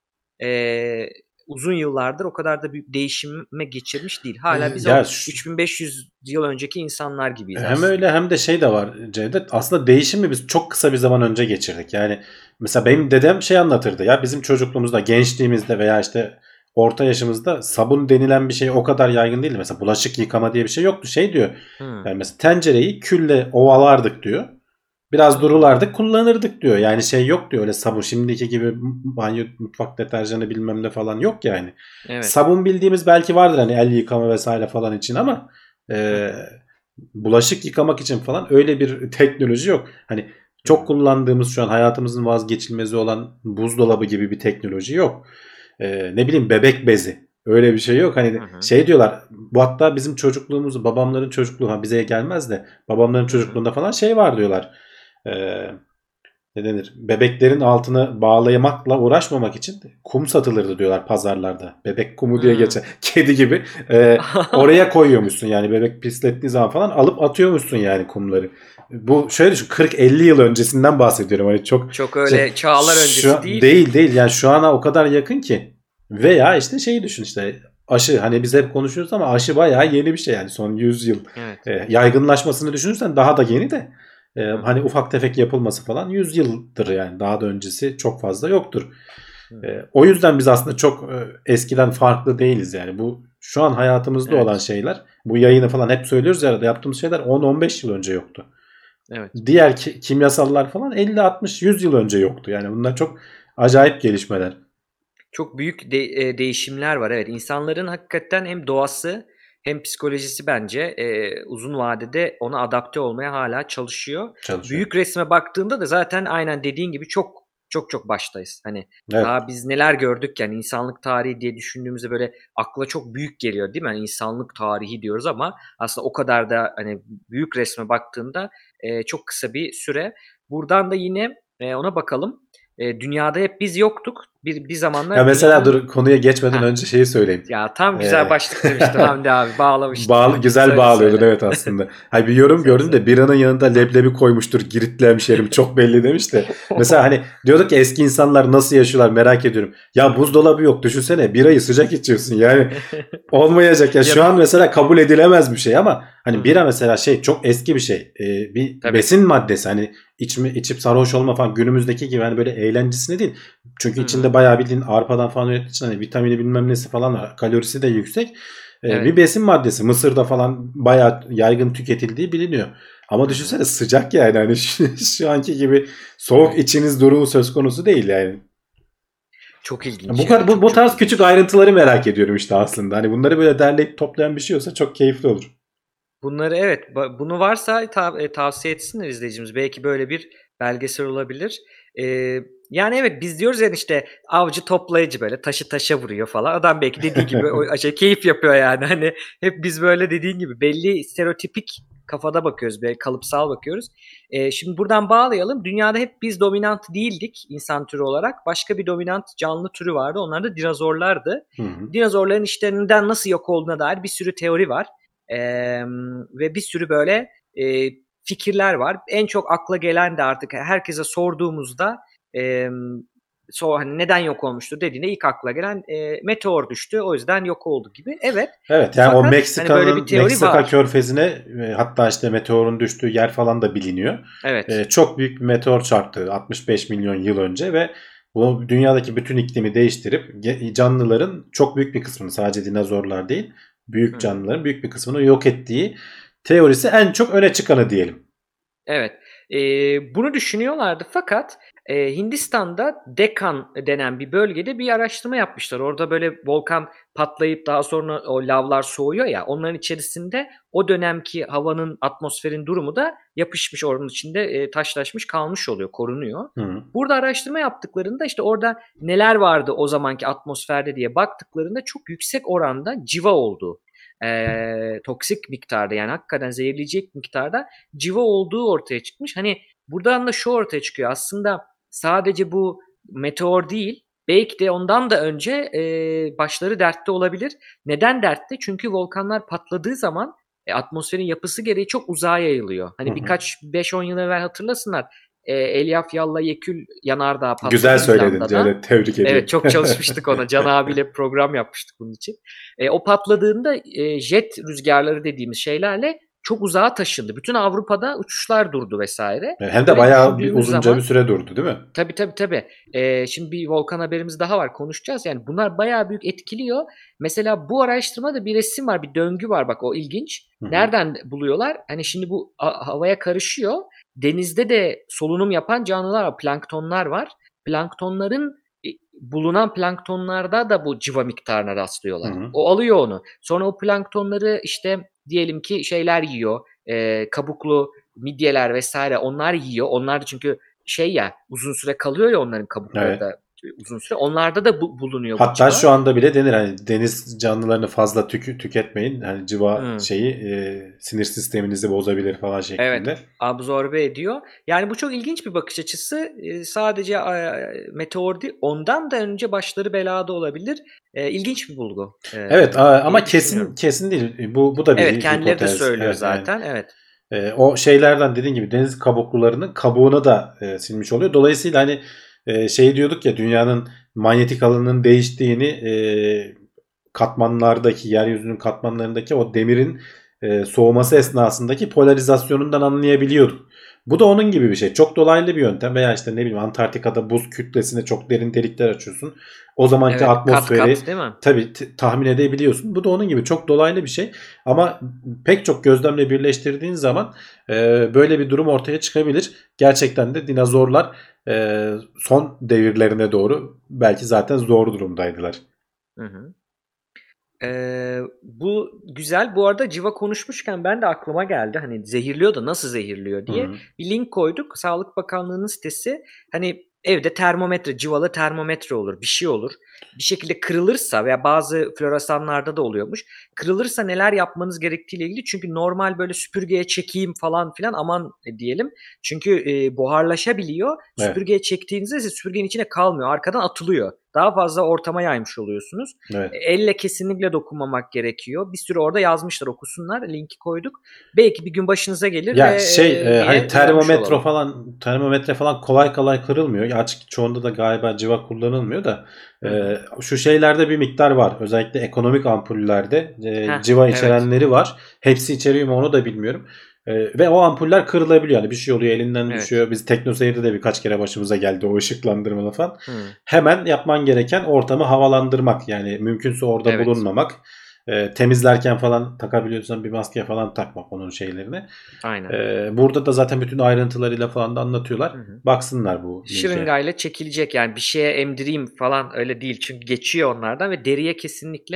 e, uzun yıllardır o kadar da büyük değişime geçirmiş değil. Hala biz o Ya şu- üç bin beş yüz yıl önceki insanlar gibiyiz hem aslında. öyle hem de şey de var Cevdet. Aslında değişimi biz çok kısa bir zaman önce geçirdik. Yani mesela Hı hı. benim dedem şey anlatırdı. Ya bizim çocukluğumuzda, gençliğimizde veya işte orta yaşımızda sabun denilen bir şey o kadar yaygın değildi. Mesela bulaşık yıkama diye bir şey yoktu. Şey diyor. Hı Yani mesela tencereyi külle ovalardık diyor. Biraz hı. durulardık, kullanırdık diyor. Yani şey yok diyor, öyle sabun şimdiki gibi banyo mutfak deterjanı bilmem ne falan yok yani. Evet. Sabun bildiğimiz belki vardır hani el yıkama vesaire falan için ama Hı e, hı. bulaşık yıkamak için falan öyle bir teknoloji yok. Hani Hı çok hı. kullandığımız şu an hayatımızın vazgeçilmezi olan buzdolabı gibi bir teknoloji yok. E, ne bileyim bebek bezi. Öyle bir şey yok. Hı Hani hı. şey diyorlar. Bu hatta bizim çocukluğumuz, babamların çocukluğu, ha bize gelmez de babamların Hı hı. çocukluğunda falan şey var diyorlar. Ee, ne denir? Bebeklerin altını bağlayamakla uğraşmamak için kum satılırdı diyorlar pazarlarda. Bebek kumu diye geçer. Hı. Kedi gibi. Ee, oraya koyuyormuşsun yani bebek pislettiği zaman falan alıp atıyormuşsun yani kumları. Bu şöyle düşün, kırk elli yıl öncesinden bahsediyorum. Hani çok Çok şey, öyle çağlar şu öncesi an- değil. değil değil yani şu ana o kadar yakın ki. Veya işte şeyi düşün, işte aşı, hani biz hep konuşuyoruz ama aşı bayağı yeni bir şey yani son yüz yıl. Evet. Ee, yaygınlaşmasını düşünürsen daha da yeni de. Ee, Hı hani hı. ufak tefek yapılması falan yüz yıldır yani, daha da öncesi çok fazla yoktur. Hı Ee, hı. o yüzden biz aslında çok e, eskiden farklı değiliz yani. Bu şu an hayatımızda olan Evet. şeyler, bu yayını falan hep söylüyoruz ya, yaptığımız şeyler on on beş yıl önce yoktu. Evet. Diğer ki, kimyasallar falan elli altmış yüz yıl önce yoktu. Yani bunlar çok acayip gelişmeler. Çok büyük de- e, değişimler var. Evet, insanların hakikaten hem doğası hem psikolojisi bence e, uzun vadede ona adapte olmaya hala çalışıyor. Çalışıyor. Büyük resme baktığında da zaten aynen dediğin gibi çok çok çok baştayız. Hani Evet. daha biz neler gördük, yani insanlık tarihi diye düşündüğümüzde böyle akla çok büyük geliyor değil mi? Hani insanlık tarihi diyoruz ama aslında o kadar da hani büyük resme baktığında e, çok kısa bir süre. Buradan da yine e, ona bakalım. E, dünyada hep biz yoktuk. Bir, bir Ya zamanlar mesela dünyanın... dur, konuya geçmeden Heh, önce şeyi söyleyeyim. ya tam güzel Ee, başlık demiştin Hamdi abi. Bağlamıştın Bağlı, ya. güzel Söyle bağlıyordun söyle. evet aslında. Hayır, bir yorum Söyle gördüm söyle. de biranın yanında Heh. leblebi koymuştur. Giritli hemşerim çok belli demiş de. Mesela hani diyorduk ki eski insanlar nasıl yaşıyorlar merak ediyorum. Ya buzdolabı yok, düşünsene birayı sıcak içiyorsun yani. Olmayacak ya, Ya şu da... an mesela kabul edilemez bir şey ama Hı hani bira hı. mesela şey çok eski bir şey. Ee, bir Tabii. besin maddesi, hani içme, içip sarhoş olma falan günümüzdeki gibi hani böyle eğlencesine değil. Çünkü Hı içinde hı. bayağı bildiğin arpadan falan ürettiği için hani vitamini bilmem nesi falan var. Kalorisi de yüksek. Ee, Evet. bir besin maddesi. Mısır'da falan bayağı yaygın tüketildiği biliniyor. Ama Hı hı. düşünsene sıcak yani hani şu, şu anki gibi soğuk Evet. içiniz durumu söz konusu değil yani. Çok Bu ilginç ya. kadar bu, Çok bu çok tarz küçük ilginç. ayrıntıları merak ediyorum işte aslında. Hani bunları böyle derleyip toplayan bir şey olsa çok keyifli olur. Bunları evet, ba- bunu varsa ta- e, tavsiye etsinler izleyicimiz. Belki böyle bir belgesel olabilir. Ee, Yani evet biz diyoruz yani işte avcı toplayıcı böyle taşı taşa vuruyor falan. Adam belki dediği gibi o şey, keyif yapıyor yani. Hani hep biz böyle dediğin gibi belli stereotipik kafada bakıyoruz, böyle kalıpsal bakıyoruz. Ee, şimdi buradan bağlayalım. Dünyada hep biz dominant değildik insan türü olarak. Başka bir dominant canlı türü vardı. Onlar da dinozorlardı. Hı hı. Dinozorların işte neden nasıl yok olduğuna dair bir sürü teori var. Ee, ve bir sürü böyle e, fikirler var. En çok akla gelen de artık herkese sorduğumuzda e, so, hani neden yok olmuştu dediğinde ilk akla gelen e, meteor düştü. O yüzden yok oldu gibi. Evet. Evet yani Fakat o hani Meksika'nın böyle bir teori Meksika var. körfezine e, hatta işte meteorun düştüğü yer falan da biliniyor. Evet. E, çok büyük bir meteor çarptı altmış beş milyon yıl önce ve bu dünyadaki bütün iklimi değiştirip ge- canlıların çok büyük bir kısmını, sadece dinozorlar değil, büyük Hı. canlıların büyük bir kısmını yok ettiği teorisi en çok öne çıkanı diyelim. Evet. E, bunu düşünüyorlardı fakat e, Hindistan'da Deccan denen bir bölgede bir araştırma yapmışlar. Orada böyle volkan patlayıp daha sonra o lavlar soğuyor ya, onların içerisinde o dönemki havanın, atmosferin durumu da yapışmış, onun içinde e, taşlaşmış kalmış oluyor, korunuyor. Hı. Burada araştırma yaptıklarında işte orada neler vardı o zamanki atmosferde diye baktıklarında çok yüksek oranda civa olduğu, e, toksik miktarda, yani hakikaten zehirleyecek miktarda civa olduğu ortaya çıkmış. Hani buradan da şu ortaya çıkıyor. Aslında sadece bu meteor değil, belki de ondan da önce e, başları dertte olabilir. Neden dertte? Çünkü volkanlar patladığı zaman e, atmosferin yapısı gereği çok uzağa yayılıyor. Hani Hı hı. birkaç beş on yıl evvel hatırlasınlar. E, Elyaf Yalla Yekül yanardağ patladı Güzel söyledin. İzlanda'da. Evet, tebrik ediyorum. Evet, çok çalışmıştık ona. Can abiyle program yapmıştık bunun için. E, o patladığında e, jet rüzgarları dediğimiz şeylerle çok uzağa taşındı. Bütün Avrupa'da uçuşlar durdu vesaire. Hem de Böyle bayağı bir düşündüğümüz uzunca zaman bir süre durdu değil mi? tabii tabii tabii. E, şimdi bir volkan haberimiz daha var, konuşacağız. Yani bunlar bayağı büyük etkiliyor. Mesela bu araştırmada bir resim var, bir döngü var. Bak o ilginç. Hı hı. Nereden buluyorlar? Hani şimdi bu a- havaya karışıyor. Denizde de solunum yapan canlılar var, planktonlar var. Planktonların e, bulunan planktonlarda da bu civa miktarına rastlıyorlar. Hı hı. O alıyor onu. Sonra o planktonları işte diyelim ki şeyler yiyor. E, kabuklu midyeler vesaire, onlar yiyor. Onlar da çünkü şey ya, uzun süre kalıyor ya onların kabukları Evet. da uzun süre. Onlarda da bu, bulunuyor bu Hatta civa. şu anda bile denir hani deniz canlılarını fazla tükü, tüketmeyin. Hani civa Hmm. şeyi e, sinir sisteminizi bozabilir falan şeklinde. Evet, absorbe ediyor. Yani bu çok ilginç bir bakış açısı. Ee, sadece e, meteor değil, ondan da önce başları belada olabilir. E, ilginç bir bulgu. E, Evet a- ama diye kesin düşünüyorum. kesin değil. Bu bu da bir Evet, kendileri de hipotez. söylüyor Evet yani. zaten. Evet. E, o şeylerden dediğin gibi deniz kabuklularının kabuğunu da e, silmiş oluyor. Dolayısıyla hani e, şey diyorduk ya, dünyanın manyetik alanının değiştiğini, e, katmanlardaki, yeryüzünün katmanlarındaki o demirin e, soğuması esnasındaki polarizasyonundan anlayabiliyorduk. Bu da onun gibi bir şey. Çok dolaylı bir yöntem. Veya işte ne bileyim Antarktika'da buz kütlesine çok derin delikler açıyorsun. O zamanki Evet, kat atmosferi kat değil mi? tabii t- tahmin edebiliyorsun. Bu da onun gibi çok dolaylı bir şey. Ama pek çok gözlemle birleştirdiğin zaman e, böyle bir durum ortaya çıkabilir. Gerçekten de dinozorlar e, son devirlerine doğru belki zaten zor durumdaydılar. Hı hı. Ee, bu güzel. Bu arada civa konuşmuşken ben de aklıma geldi. Hani zehirliyor da nasıl zehirliyor Hı diye. hı. Bir link koyduk. Sağlık Bakanlığı'nın sitesi. Hani evde termometre, civalı termometre olur, bir şey olur. Bir şekilde kırılırsa veya bazı floresanlarda da oluyormuş. Kırılırsa neler yapmanız gerektiğiyle ilgili. Çünkü normal böyle süpürgeye çekeyim falan filan aman diyelim. Çünkü e, buharlaşabiliyor. Evet. Süpürgeye çektiğinizde ise süpürgenin içine kalmıyor. Arkadan atılıyor. Daha fazla ortama yaymış oluyorsunuz. Evet. Elle kesinlikle dokunmamak gerekiyor. Bir sürü orada yazmışlar, okusunlar. Linki koyduk. Belki bir gün başınıza gelir Ya ve şey e, e, diye hani uyarmış termometre olalım. falan termometre falan kolay kolay kırılmıyor. Ya açık çoğunda da galiba civa kullanılmıyor da Hı e, hı. şu şeylerde bir miktar var. Özellikle ekonomik ampullerde e, Heh, civa evet. içerenleri var. Hepsi içeriyor mu onu da bilmiyorum. E, ve o ampuller kırılabiliyor. Yani bir şey oluyor, elinden Evet. düşüyor. Biz TeknoSeyir'de de birkaç kere başımıza geldi o ışıklandırmalı falan. Hı. Hemen yapman gereken ortamı havalandırmak. Yani mümkünse orada Evet. bulunmamak. E, temizlerken falan takabiliyorsan bir maske falan takmak onun şeylerine. Aynen. Ee, burada da zaten bütün ayrıntılarıyla falan da anlatıyorlar. Hı hı. Baksınlar bu linke. Şırıngayla çekilecek, yani bir şeye emdireyim falan öyle değil. Çünkü geçiyor onlardan ve deriye kesinlikle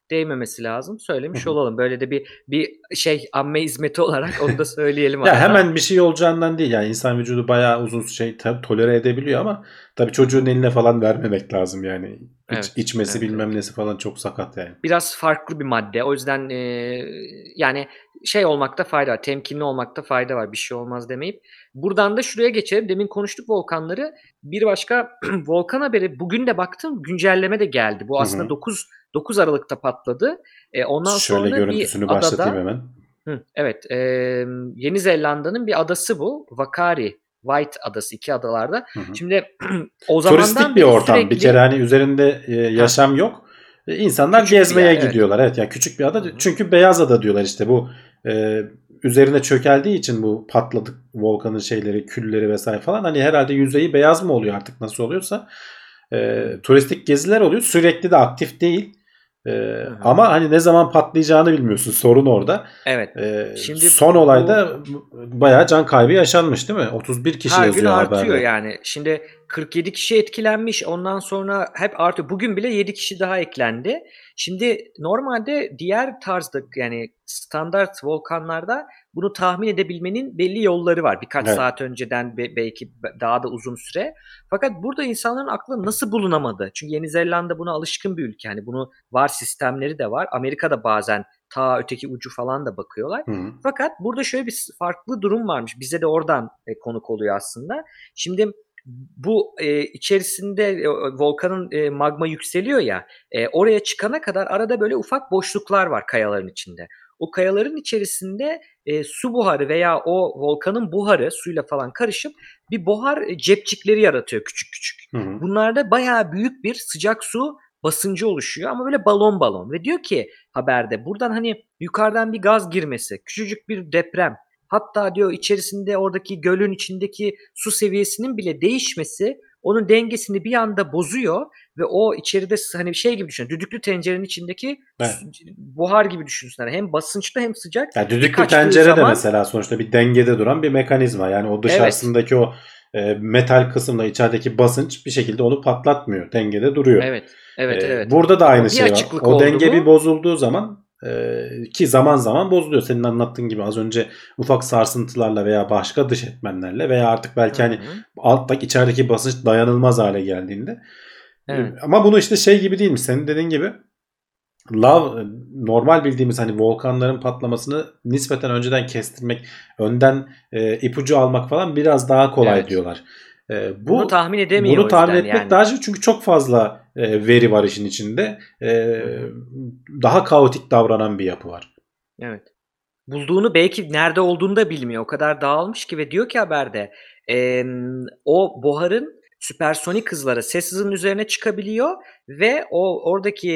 değmemesi lazım. Hı Söylemiş hı. olalım. Böyle de bir bir şey amme hizmeti olarak onu da söyleyelim Ya arada. hemen bir şey olacağından değil yani insan vücudu bayağı uzun şey tabii tolere edebiliyor ama tabii çocuğun eline falan vermemek lazım yani. İç, Evet, içmesi evet, evet. bilmem nesi falan çok sakat yani. Biraz farklı bir madde. O yüzden eee, yani şey olmakta fayda var. Temkinli olmakta fayda var. Bir şey olmaz demeyip. Buradan da şuraya geçelim. Demin konuştuk volkanları. Bir başka volkan haberi. Bugün de baktım güncelleme de geldi. Bu Hı aslında hı. dokuz dokuz Aralık'ta patladı. E, ondan Şöyle sonra bir görüntüsünü başlatayım adada hemen. hı, evet eee, Yeni Zelanda'nın bir adası bu. Vakari White Adası iki adalarda. Hı hı. Şimdi o Turistik zamandan bir beri ortam. Bir kere sürekli hani üzerinde e, ha yaşam yok. E, İnsanlar küçük bir yer gezmeye evet. gidiyorlar. Evet yani küçük bir ada. Hı hı. Çünkü beyaz ada diyorlar işte bu e, üzerine çökeldiği için bu patladık volkanın şeyleri, külleri vesaire falan hani herhalde yüzeyi beyaz mı oluyor artık nasıl oluyorsa. E, Hı turistik geziler oluyor. Sürekli de aktif değil. E, hı. Hı. ama hani ne zaman patlayacağını bilmiyorsun. Sorun orada. Evet. E, Şimdi son bu olayda bayağı can kaybı yaşanmış değil mi? otuz bir kişi her gün yazıyor artıyor haberde. yani. Şimdi kırk yedi kişi etkilenmiş. Ondan sonra hep artıyor. Bugün bile yedi kişi daha eklendi. Şimdi normalde diğer tarzda yani standart volkanlarda bunu tahmin edebilmenin belli yolları var. Birkaç Evet. saat önceden be- belki daha da uzun süre. Fakat burada insanların aklı nasıl bulunamadı? Çünkü Yeni Zelanda buna alışkın bir ülke. Yani bunu var sistemleri de var. Amerika'da bazen ta öteki ucu falan da bakıyorlar. Hı hı. Fakat burada şöyle bir farklı durum varmış. Bize de oradan e, konuk oluyor aslında. Şimdi bu e, içerisinde e, volkanın e, magma yükseliyor ya e, oraya çıkana kadar arada böyle ufak boşluklar var kayaların içinde. O kayaların içerisinde e, su buharı veya o volkanın buharı suyla falan karışıp bir buhar e, cepçikleri yaratıyor küçük küçük. Hı hı. Bunlarda bayağı büyük bir sıcak su basıncı oluşuyor ama böyle balon balon ve diyor ki haberde buradan hani yukarıdan bir gaz girmesi, küçücük bir deprem, hatta diyor içerisinde oradaki gölün içindeki su seviyesinin bile değişmesi onun dengesini bir anda bozuyor ve o içeride hani şey gibi düşün. Düdüklü tencerenin içindeki Evet. buhar gibi düşünsünler. Hem basınçlı hem sıcak. Yani Bir düdüklü kaçtığı tencere de zaman mesela sonuçta bir dengede duran bir mekanizma. Yani o evet. dışarısındaki o e, metal kısımla içerideki basınç bir şekilde onu patlatmıyor. Dengede duruyor. Evet. Evet, E, evet. burada da aynı Ama bir şey var. açıklık O oldu denge bir mu? bozulduğu zaman e, ki zaman zaman bozuluyor. Senin anlattığın gibi az önce ufak sarsıntılarla veya başka dış etmenlerle veya artık Hı belki hani hı. alttaki içerideki basınç dayanılmaz hale geldiğinde. E, Evet. ama bunu işte şey gibi değil mi? Senin dediğin gibi lav normal bildiğimiz hani volkanların patlamasını nispeten önceden kestirmek, önden e, ipucu almak falan biraz daha kolay Evet. diyorlar. E, Bunu bu tahmin edemiyor bunu o tahmin yüzden etmek yani. daha şey çünkü çok fazla e, veri var işin içinde. E, Hı hı. daha kaotik davranan bir yapı var. Evet. Bulduğunu belki nerede olduğunu da bilmiyor. O kadar dağılmış ki ve diyor ki haberde em, o buharın süpersonik hızlara ses hızının üzerine çıkabiliyor ve o oradaki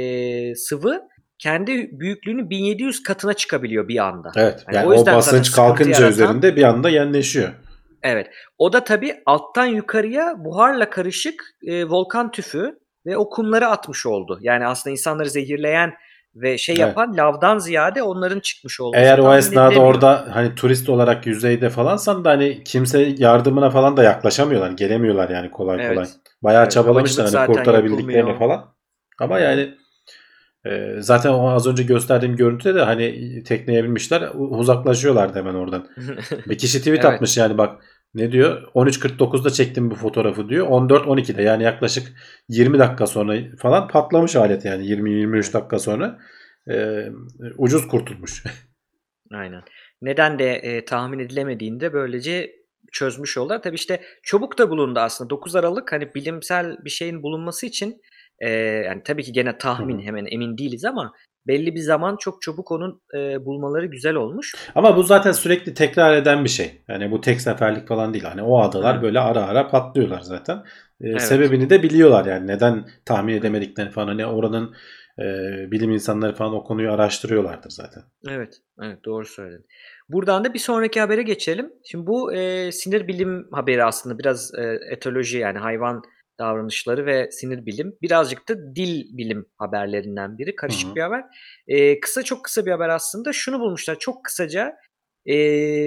e, sıvı kendi büyüklüğünün bin yedi yüz katına çıkabiliyor bir anda. Evet. Hani Yani o o yüzden zaten basınç sıkıntı kalkınca yaratan üzerinde bir anda yenleşiyor. evet. O da tabii alttan yukarıya buharla karışık e, volkan tüfü ve o kumları atmış oldu. Yani aslında insanları zehirleyen ve şey Evet. yapan lavdan ziyade onların çıkmış Eğer olması o tahmin esnada edilemiyor. orada hani turist olarak yüzeyde falansan da hani kimse yardımına falan da yaklaşamıyorlar. Gelemiyorlar yani kolay kolay. Evet. Bayağı Evet. çabalamışlar Havacılık hani zaten kurtarabildiklerini yapılmıyor. falan. Hı Ama hı. yani e, zaten o az önce gösterdiğim görüntüde de hani tekneye binmişler u- uzaklaşıyorlardı hemen oradan. Bir kişi tweet Evet. atmış yani bak ne diyor? on üç kırk dokuzda çektim bu fotoğrafı diyor. on dört on ikide yani yaklaşık yirmi dakika sonra falan patlamış alet yani yirmi yirmi üç Evet. dakika sonra. E, ucuz kurtulmuş. Aynen. Neden de e, tahmin edilemediğini de böylece çözmüş oldular. Tabii işte çabuk da bulundu aslında. dokuz Aralık hani bilimsel bir şeyin bulunması için e, yani tabii ki gene Hı tahmin hı. hemen emin değiliz ama belli bir zaman çok çabuk onun e, bulmaları güzel olmuş. Ama bu zaten sürekli tekrar eden bir şey. Yani bu tek seferlik falan değil. Hani o adalar Hı, böyle ara ara patlıyorlar zaten. Ee, evet. sebebini de biliyorlar yani. Neden tahmin Hı, edemediklerini falan. Hani oranın e, bilim insanları falan o konuyu araştırıyorlardır zaten. evet. Evet doğru söyledin. Buradan da bir sonraki habere geçelim. Şimdi bu e, sinir bilim haberi aslında biraz e, etoloji yani hayvan davranışları ve sinir bilim. Birazcık da dil bilim haberlerinden biri. Hı Karışık hı. bir haber. E, kısa çok kısa bir haber aslında. Şunu bulmuşlar çok kısaca. E,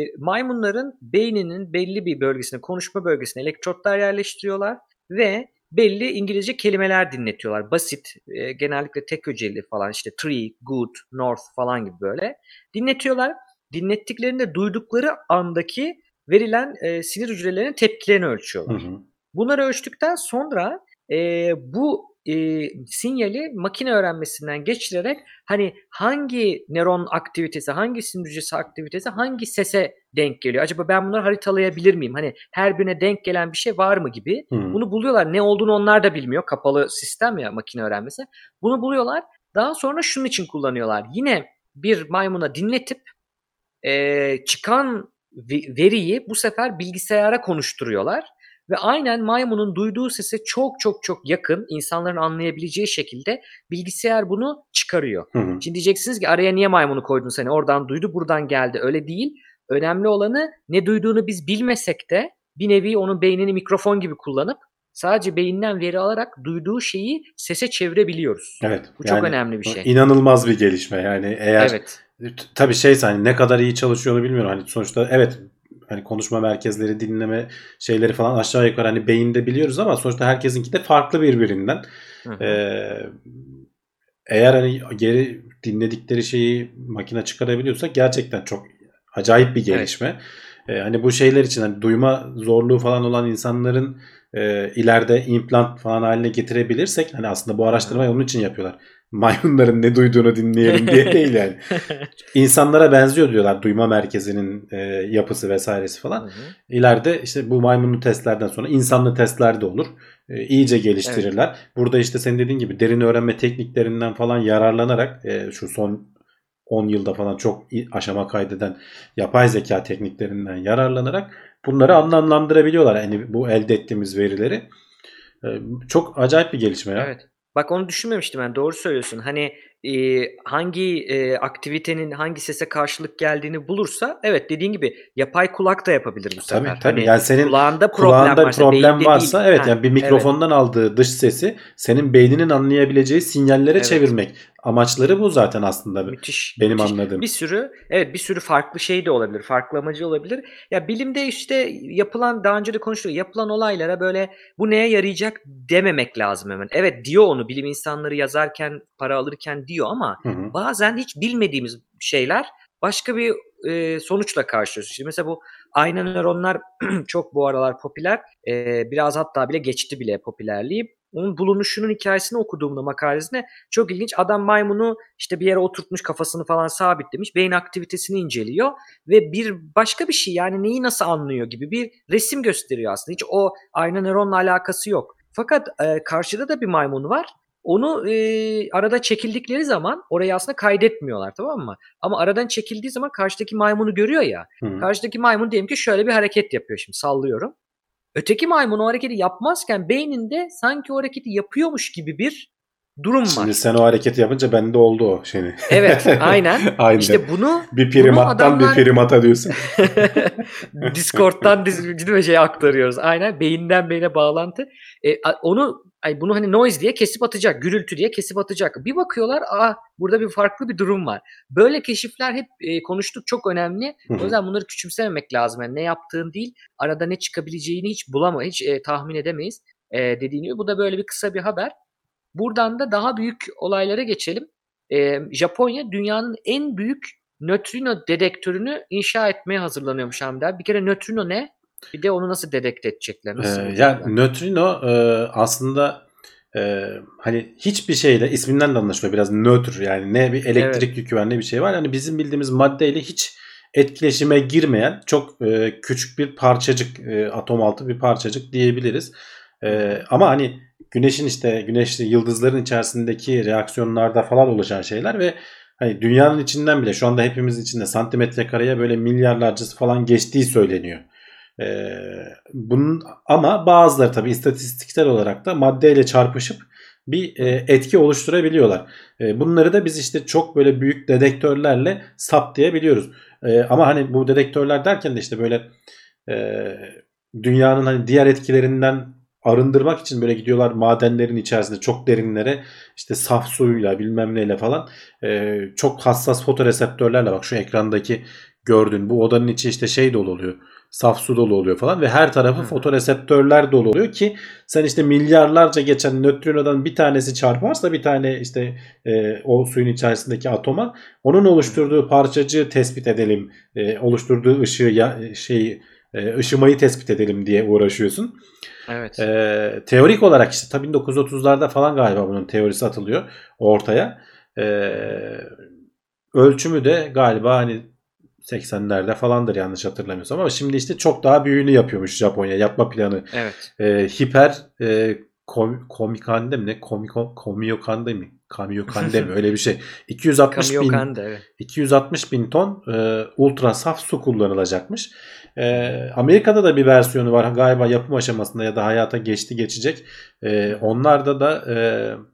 maymunların beyninin belli bir bölgesine, konuşma bölgesine elektrotlar yerleştiriyorlar ve belli İngilizce kelimeler dinletiyorlar. Basit, e, genellikle tek heceli falan, işte tree, good, north falan gibi böyle dinletiyorlar. Dinlettiklerinde duydukları andaki verilen e, sinir hücrelerinin tepkilerini Hı ölçüyorlar. hı. Bunları ölçtükten sonra e, bu e, sinyali makine öğrenmesinden geçirerek hani hangi nöron aktivitesi, hangi sinir hücresi aktivitesi hangi sese denk geliyor? Acaba ben bunları haritalayabilir miyim? Hani her birine denk gelen bir şey var mı gibi. Hı hı. Bunu buluyorlar. Ne olduğunu onlar da bilmiyor. Kapalı sistem ya makine öğrenmesi. Bunu buluyorlar. Daha sonra şunun için kullanıyorlar. Yine bir maymuna dinletip e, çıkan ve- veriyi bu sefer bilgisayara konuşturuyorlar ve aynen maymunun duyduğu sese çok çok çok yakın, insanların anlayabileceği şekilde bilgisayar bunu çıkarıyor. Hı hı. Şimdi diyeceksiniz ki araya niye maymunu koydun sen? Oradan duydu, buradan geldi. Öyle değil. Önemli olanı ne duyduğunu biz bilmesek de bir nevi onun beynini mikrofon gibi kullanıp sadece beyinden veri alarak duyduğu şeyi sese çevirebiliyoruz. Evet. Bu çok Yani önemli bir bu şey. inanılmaz bir gelişme. Yani eğer Evet. t- tabii şeyse hani ne kadar iyi çalışıyor bilmiyorum. Hani sonuçta evet hani konuşma merkezleri, dinleme şeyleri falan aşağı yukarı hani beyinde biliyoruz ama sonuçta herkesinki de farklı birbirinden. Hı hı. Ee, Eğer hani geri dinledikleri şeyi makine çıkarabiliyorsa gerçekten çok acayip bir Evet. gelişme. Ee, hani bu şeyler için hani duyma zorluğu falan olan insanların e, ileride implant falan haline getirebilirsek hani aslında bu Hı hı. araştırmayı onun için yapıyorlar. Maymunların ne duyduğunu dinleyelim diye değil yani. İnsanlara benziyor diyorlar duyma merkezinin e, yapısı vesairesi Hı falan. hı. İleride işte bu maymunlu testlerden sonra insanlı testler de olur. E, iyice Evet. geliştirirler. Burada işte senin dediğin gibi derin öğrenme tekniklerinden falan yararlanarak e, şu son on yılda falan çok i- aşama kaydeden yapay zeka tekniklerinden yararlanarak bunları anlamlandırabiliyorlar. Yani bu elde ettiğimiz verileri. E, Çok acayip bir gelişme ya. Evet. Bak onu düşünmemiştim ben. Doğru söylüyorsun. Hani e, hangi e, aktivitenin hangi sese karşılık geldiğini bulursa, evet dediğin gibi yapay kulak da yapabilir bu Tabii sefer. tabii. Hani Yani senin kulağında problem kulağında bir varsa, problem beyinde değil. varsa evet Ha, yani bir evet, mikrofondan aldığı dış sesi senin beyninin anlayabileceği sinyallere evet. çevirmek. Amaçları bu zaten aslında Müthiş, benim müthiş. Bir anladığım. sürü, evet bir sürü farklı şey de olabilir, farklı amacı olabilir. Ya bilimde işte yapılan, daha önce de konuştuk, yapılan olaylara böyle bu neye yarayacak dememek lazım hemen. Evet diyor onu bilim insanları yazarken, para alırken diyor ama Hı hı. bazen hiç bilmediğimiz şeyler başka bir e, sonuçla karşılıyoruz. İşte mesela bu ayna nöronlar çok bu aralar popüler. E, biraz hatta bile geçti bile popülerliği. Onun bulunuşunun hikayesini okuduğumda makalesine çok ilginç. Adam maymunu işte bir yere oturtmuş, kafasını falan sabitlemiş. Beyin aktivitesini inceliyor ve bir başka bir şey, yani neyi nasıl anlıyor gibi bir resim gösteriyor aslında. Hiç o ayna nöronla alakası yok. Fakat e, karşıda da bir maymun var. Onu e, arada çekildikleri zaman orayı aslında kaydetmiyorlar, tamam mı? Ama aradan çekildiği zaman karşıdaki maymunu görüyor ya. Hı hı. Karşıdaki maymun diyelim ki şöyle bir hareket yapıyor, şimdi sallıyorum. Öteki maymun o hareketi yapmazken beyninde sanki o hareketi yapıyormuş gibi bir durum Şimdi var. sen o hareketi yapınca bende oldu o şimdi. Evet, aynen. Aynen. İşte bunu Bir bunu primattan bir adamlar primata diyorsun. Discord'dan dis- şey aktarıyoruz. Aynen, beyinden beyine bağlantı. E, a- onu ay bunu hani noise diye kesip atacak, gürültü diye kesip atacak. Bir bakıyorlar, aa burada bir farklı bir durum var. Böyle keşifler hep e, konuştuk, çok önemli. Hı O hı. yüzden bunları küçümsememek lazım. Yani ne yaptığın değil, arada ne çıkabileceğini hiç bulamayız, hiç e, tahmin edemeyiz. E, dediğin gibi bu da böyle bir kısa bir haber. Buradan da daha büyük olaylara geçelim. Ee, Japonya dünyanın en büyük nötrino dedektörünü inşa etmeye hazırlanıyormuş Hamdi. Bir kere nötrino ne? Bir de onu nasıl dedekt edecekler? Ee, Nasıl yani bulacaklar? nötrino e, aslında e, hani hiçbir şeyle isminden de anlaşılıyor biraz nötr yani ne bir Evet. elektrik yükü var ne bir şey var. Yani bizim bildiğimiz maddeyle hiç etkileşime girmeyen çok e, küçük bir parçacık e, atom altı bir parçacık diyebiliriz. Hı E, hı. ama hani güneşin işte güneşli yıldızların içerisindeki reaksiyonlarda falan oluşan şeyler ve hani dünyanın içinden bile şu anda hepimiz içinde santimetre kareye böyle milyarlarcası falan geçtiği söyleniyor. Ee, bunun ama bazıları tabii istatistiksel olarak da maddeyle çarpışıp bir Hı e, etki oluşturabiliyorlar. E, bunları da biz işte çok böyle büyük dedektörlerle saptayabiliyoruz. E, ama hani bu dedektörler derken de işte böyle e, dünyanın hani diğer etkilerinden arındırmak için böyle gidiyorlar madenlerin içerisinde çok derinlere işte saf suyla bilmem neyle falan e, çok hassas fotoreseptörlerle bak şu ekrandaki gördün. Bu odanın içi işte şey dolu oluyor. Saf su dolu oluyor falan ve her tarafı Hı. fotoreseptörler dolu oluyor ki sen işte milyarlarca geçen nötrinodan bir tanesi çarparsa bir tane işte e, o suyun içerisindeki atoma onun oluşturduğu parçacığı tespit edelim, e, oluşturduğu ışığı ya, şey e, ışımayı tespit edelim diye uğraşıyorsun. Evet. E, teorik olarak işte tabii bin dokuz yüz otuzlarda falan galiba bunun teorisi atılıyor ortaya. E, ölçümü de galiba hani seksenlerde falandır yanlış hatırlamıyorsam ama şimdi işte çok daha büyüğünü yapıyormuş Japonya. Yapma planı. Evet. E, hiper e, kom, komikande mi ne? Komiko, komiyokande mi? Kamiyokande mi? Öyle bir şey. iki yüz altmış bin Kamiyokande, evet. iki yüz altmış bin ton e, ultra saf su kullanılacakmış. E, Amerika'da da bir versiyonu var galiba yapım aşamasında ya da hayata geçti geçecek. E, onlarda da e,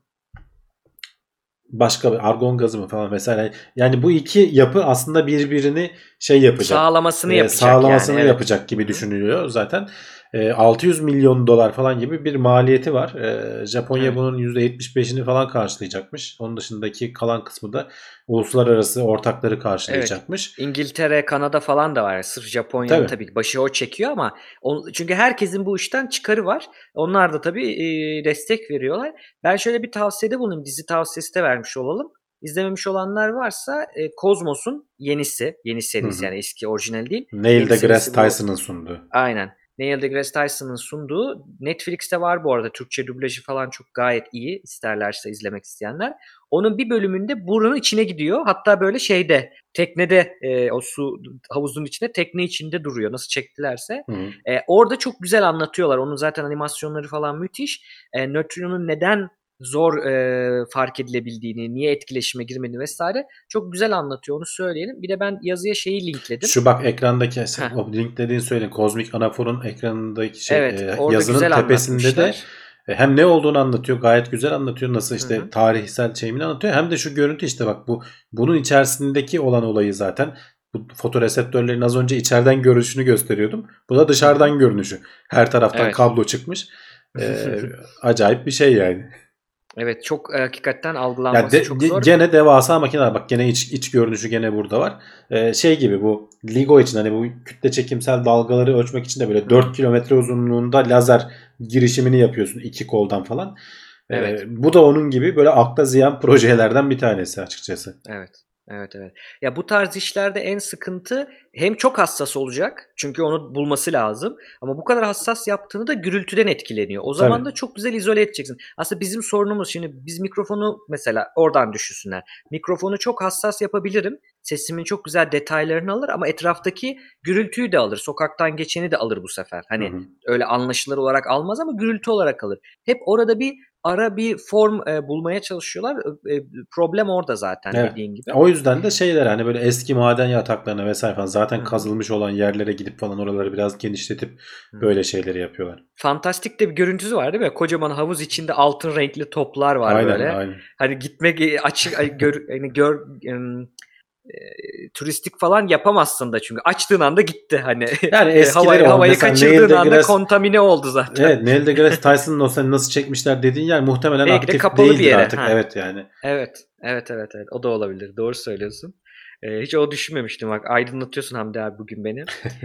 başka bir argon gazı mı falan mesela. Yani bu iki yapı aslında birbirini şey yapacak. Sağlamasını e, yapacak sağlamasını yani. Evet. yapacak gibi düşünülüyor zaten. E, altı yüz milyon dolar falan gibi bir maliyeti var. E, Japonya Evet. bunun yüzde yetmiş beşini falan karşılayacakmış. Onun dışındaki kalan kısmı da uluslararası ortakları karşılayacakmış. İngiltere, Kanada falan da var. Sırf Japonya'nın Tabii. tabii ki başı o çekiyor ama on, çünkü herkesin bu işten çıkarı var. Onlar da tabii e, destek veriyorlar. Ben şöyle bir tavsiyede bulunayım. Dizi tavsiyesi de vermiş olalım. İzlememiş olanlar varsa e, Kozmos'un yenisi, yeni serisi Hı hı. yani eski orijinal değil. Neil Yeni deGrasse serisi bu. Tyson'ın sunduğu. Aynen. Neil deGrasse Tyson'ın sunduğu. Netflix'te var bu arada. Türkçe dublajı falan çok gayet iyi. İsterlerse izlemek isteyenler. Onun bir bölümünde burnun içine gidiyor. Hatta böyle şeyde teknede e, o su havuzun içinde tekne içinde duruyor. Nasıl çektilerse. Hı hı. E, orada çok güzel anlatıyorlar. Onun zaten animasyonları falan müthiş. E, nötrinonun neden zor e, fark edilebildiğini, niye etkileşime girmediğini vesaire çok güzel anlatıyor. Onu söyleyelim. Bir de ben yazıya şeyi linkledim. Şu bak ekrandaki Heh. o link dediğin söyle Kozmik Anafor'un ekranındaki şey Evet, e, orada yazının güzel tepesinde de anlatmışlar. e, hem ne olduğunu anlatıyor gayet güzel anlatıyor nasıl Hı işte hı. tarihsel şeyini anlatıyor hem de şu görüntü işte bak bu bunun içerisindeki olan olayı zaten bu fotoreseptörlerin az önce içeriden görünüşünü gösteriyordum. Bu da dışarıdan görünüşü. Her taraftan Evet. kablo çıkmış. E, acayip bir şey yani. Evet, çok e, hakikaten Ya algılanması de, çok de- zor. gene devasa makineler bak gene iç, iç görünüşü gene burada var. Ee, şey gibi bu LIGO için hani bu kütle çekimsel dalgaları ölçmek için de böyle Hı. dört kilometre uzunluğunda lazer girişimini yapıyorsun iki koldan falan. Ee, Evet. bu da onun gibi böyle akla ziyan projelerden bir tanesi açıkçası. Evet. Evet, evet. Ya bu tarz işlerde en sıkıntı hem çok hassas olacak çünkü onu bulması lazım ama bu kadar hassas yaptığını da gürültüden etkileniyor. O zaman Tabii. da çok güzel izole edeceksin. Aslında bizim sorunumuz şimdi biz mikrofonu mesela oradan düşünsünler. Mikrofonu çok hassas yapabilirim. Sesimin çok güzel detaylarını alır ama etraftaki gürültüyü de alır. Sokaktan geçeni de alır bu sefer. Hı Hani hı. öyle anlaşılır olarak almaz ama gürültü olarak alır. Hep orada bir ara bir form e, bulmaya çalışıyorlar. E, problem orada zaten Evet. dediğin gibi. O yüzden de şeyler hani böyle eski maden yataklarına vesaire falan zaten Hı hı. kazılmış olan yerlere gidip falan oraları biraz genişletip Hı. böyle şeyleri yapıyorlar. Fantastik de bir görüntüsü var değil mi? Kocaman havuz içinde altın renkli toplar var Aynen böyle. aynen. Hani gitmek e, açık ay, gör, hani gör em, e, turistik falan yapamazsın da çünkü açtığın anda gitti hani Yani e, eskileri havayı o. havayı Mesela Neil kaçırdığın anda deGrasse kontamine oldu zaten. evet Neil deGrasse Tyson'ın o seni nasıl çekmişler dediğin yer muhtemelen Belki de aktif kapalı bir değildir yere. artık. Ha. Evet yani. Evet, evet, evet, evet. O da olabilir. Doğru söylüyorsun. Ee, hiç o düşünmemiştim bak. Aydınlatıyorsun Hamdi abi bugün beni.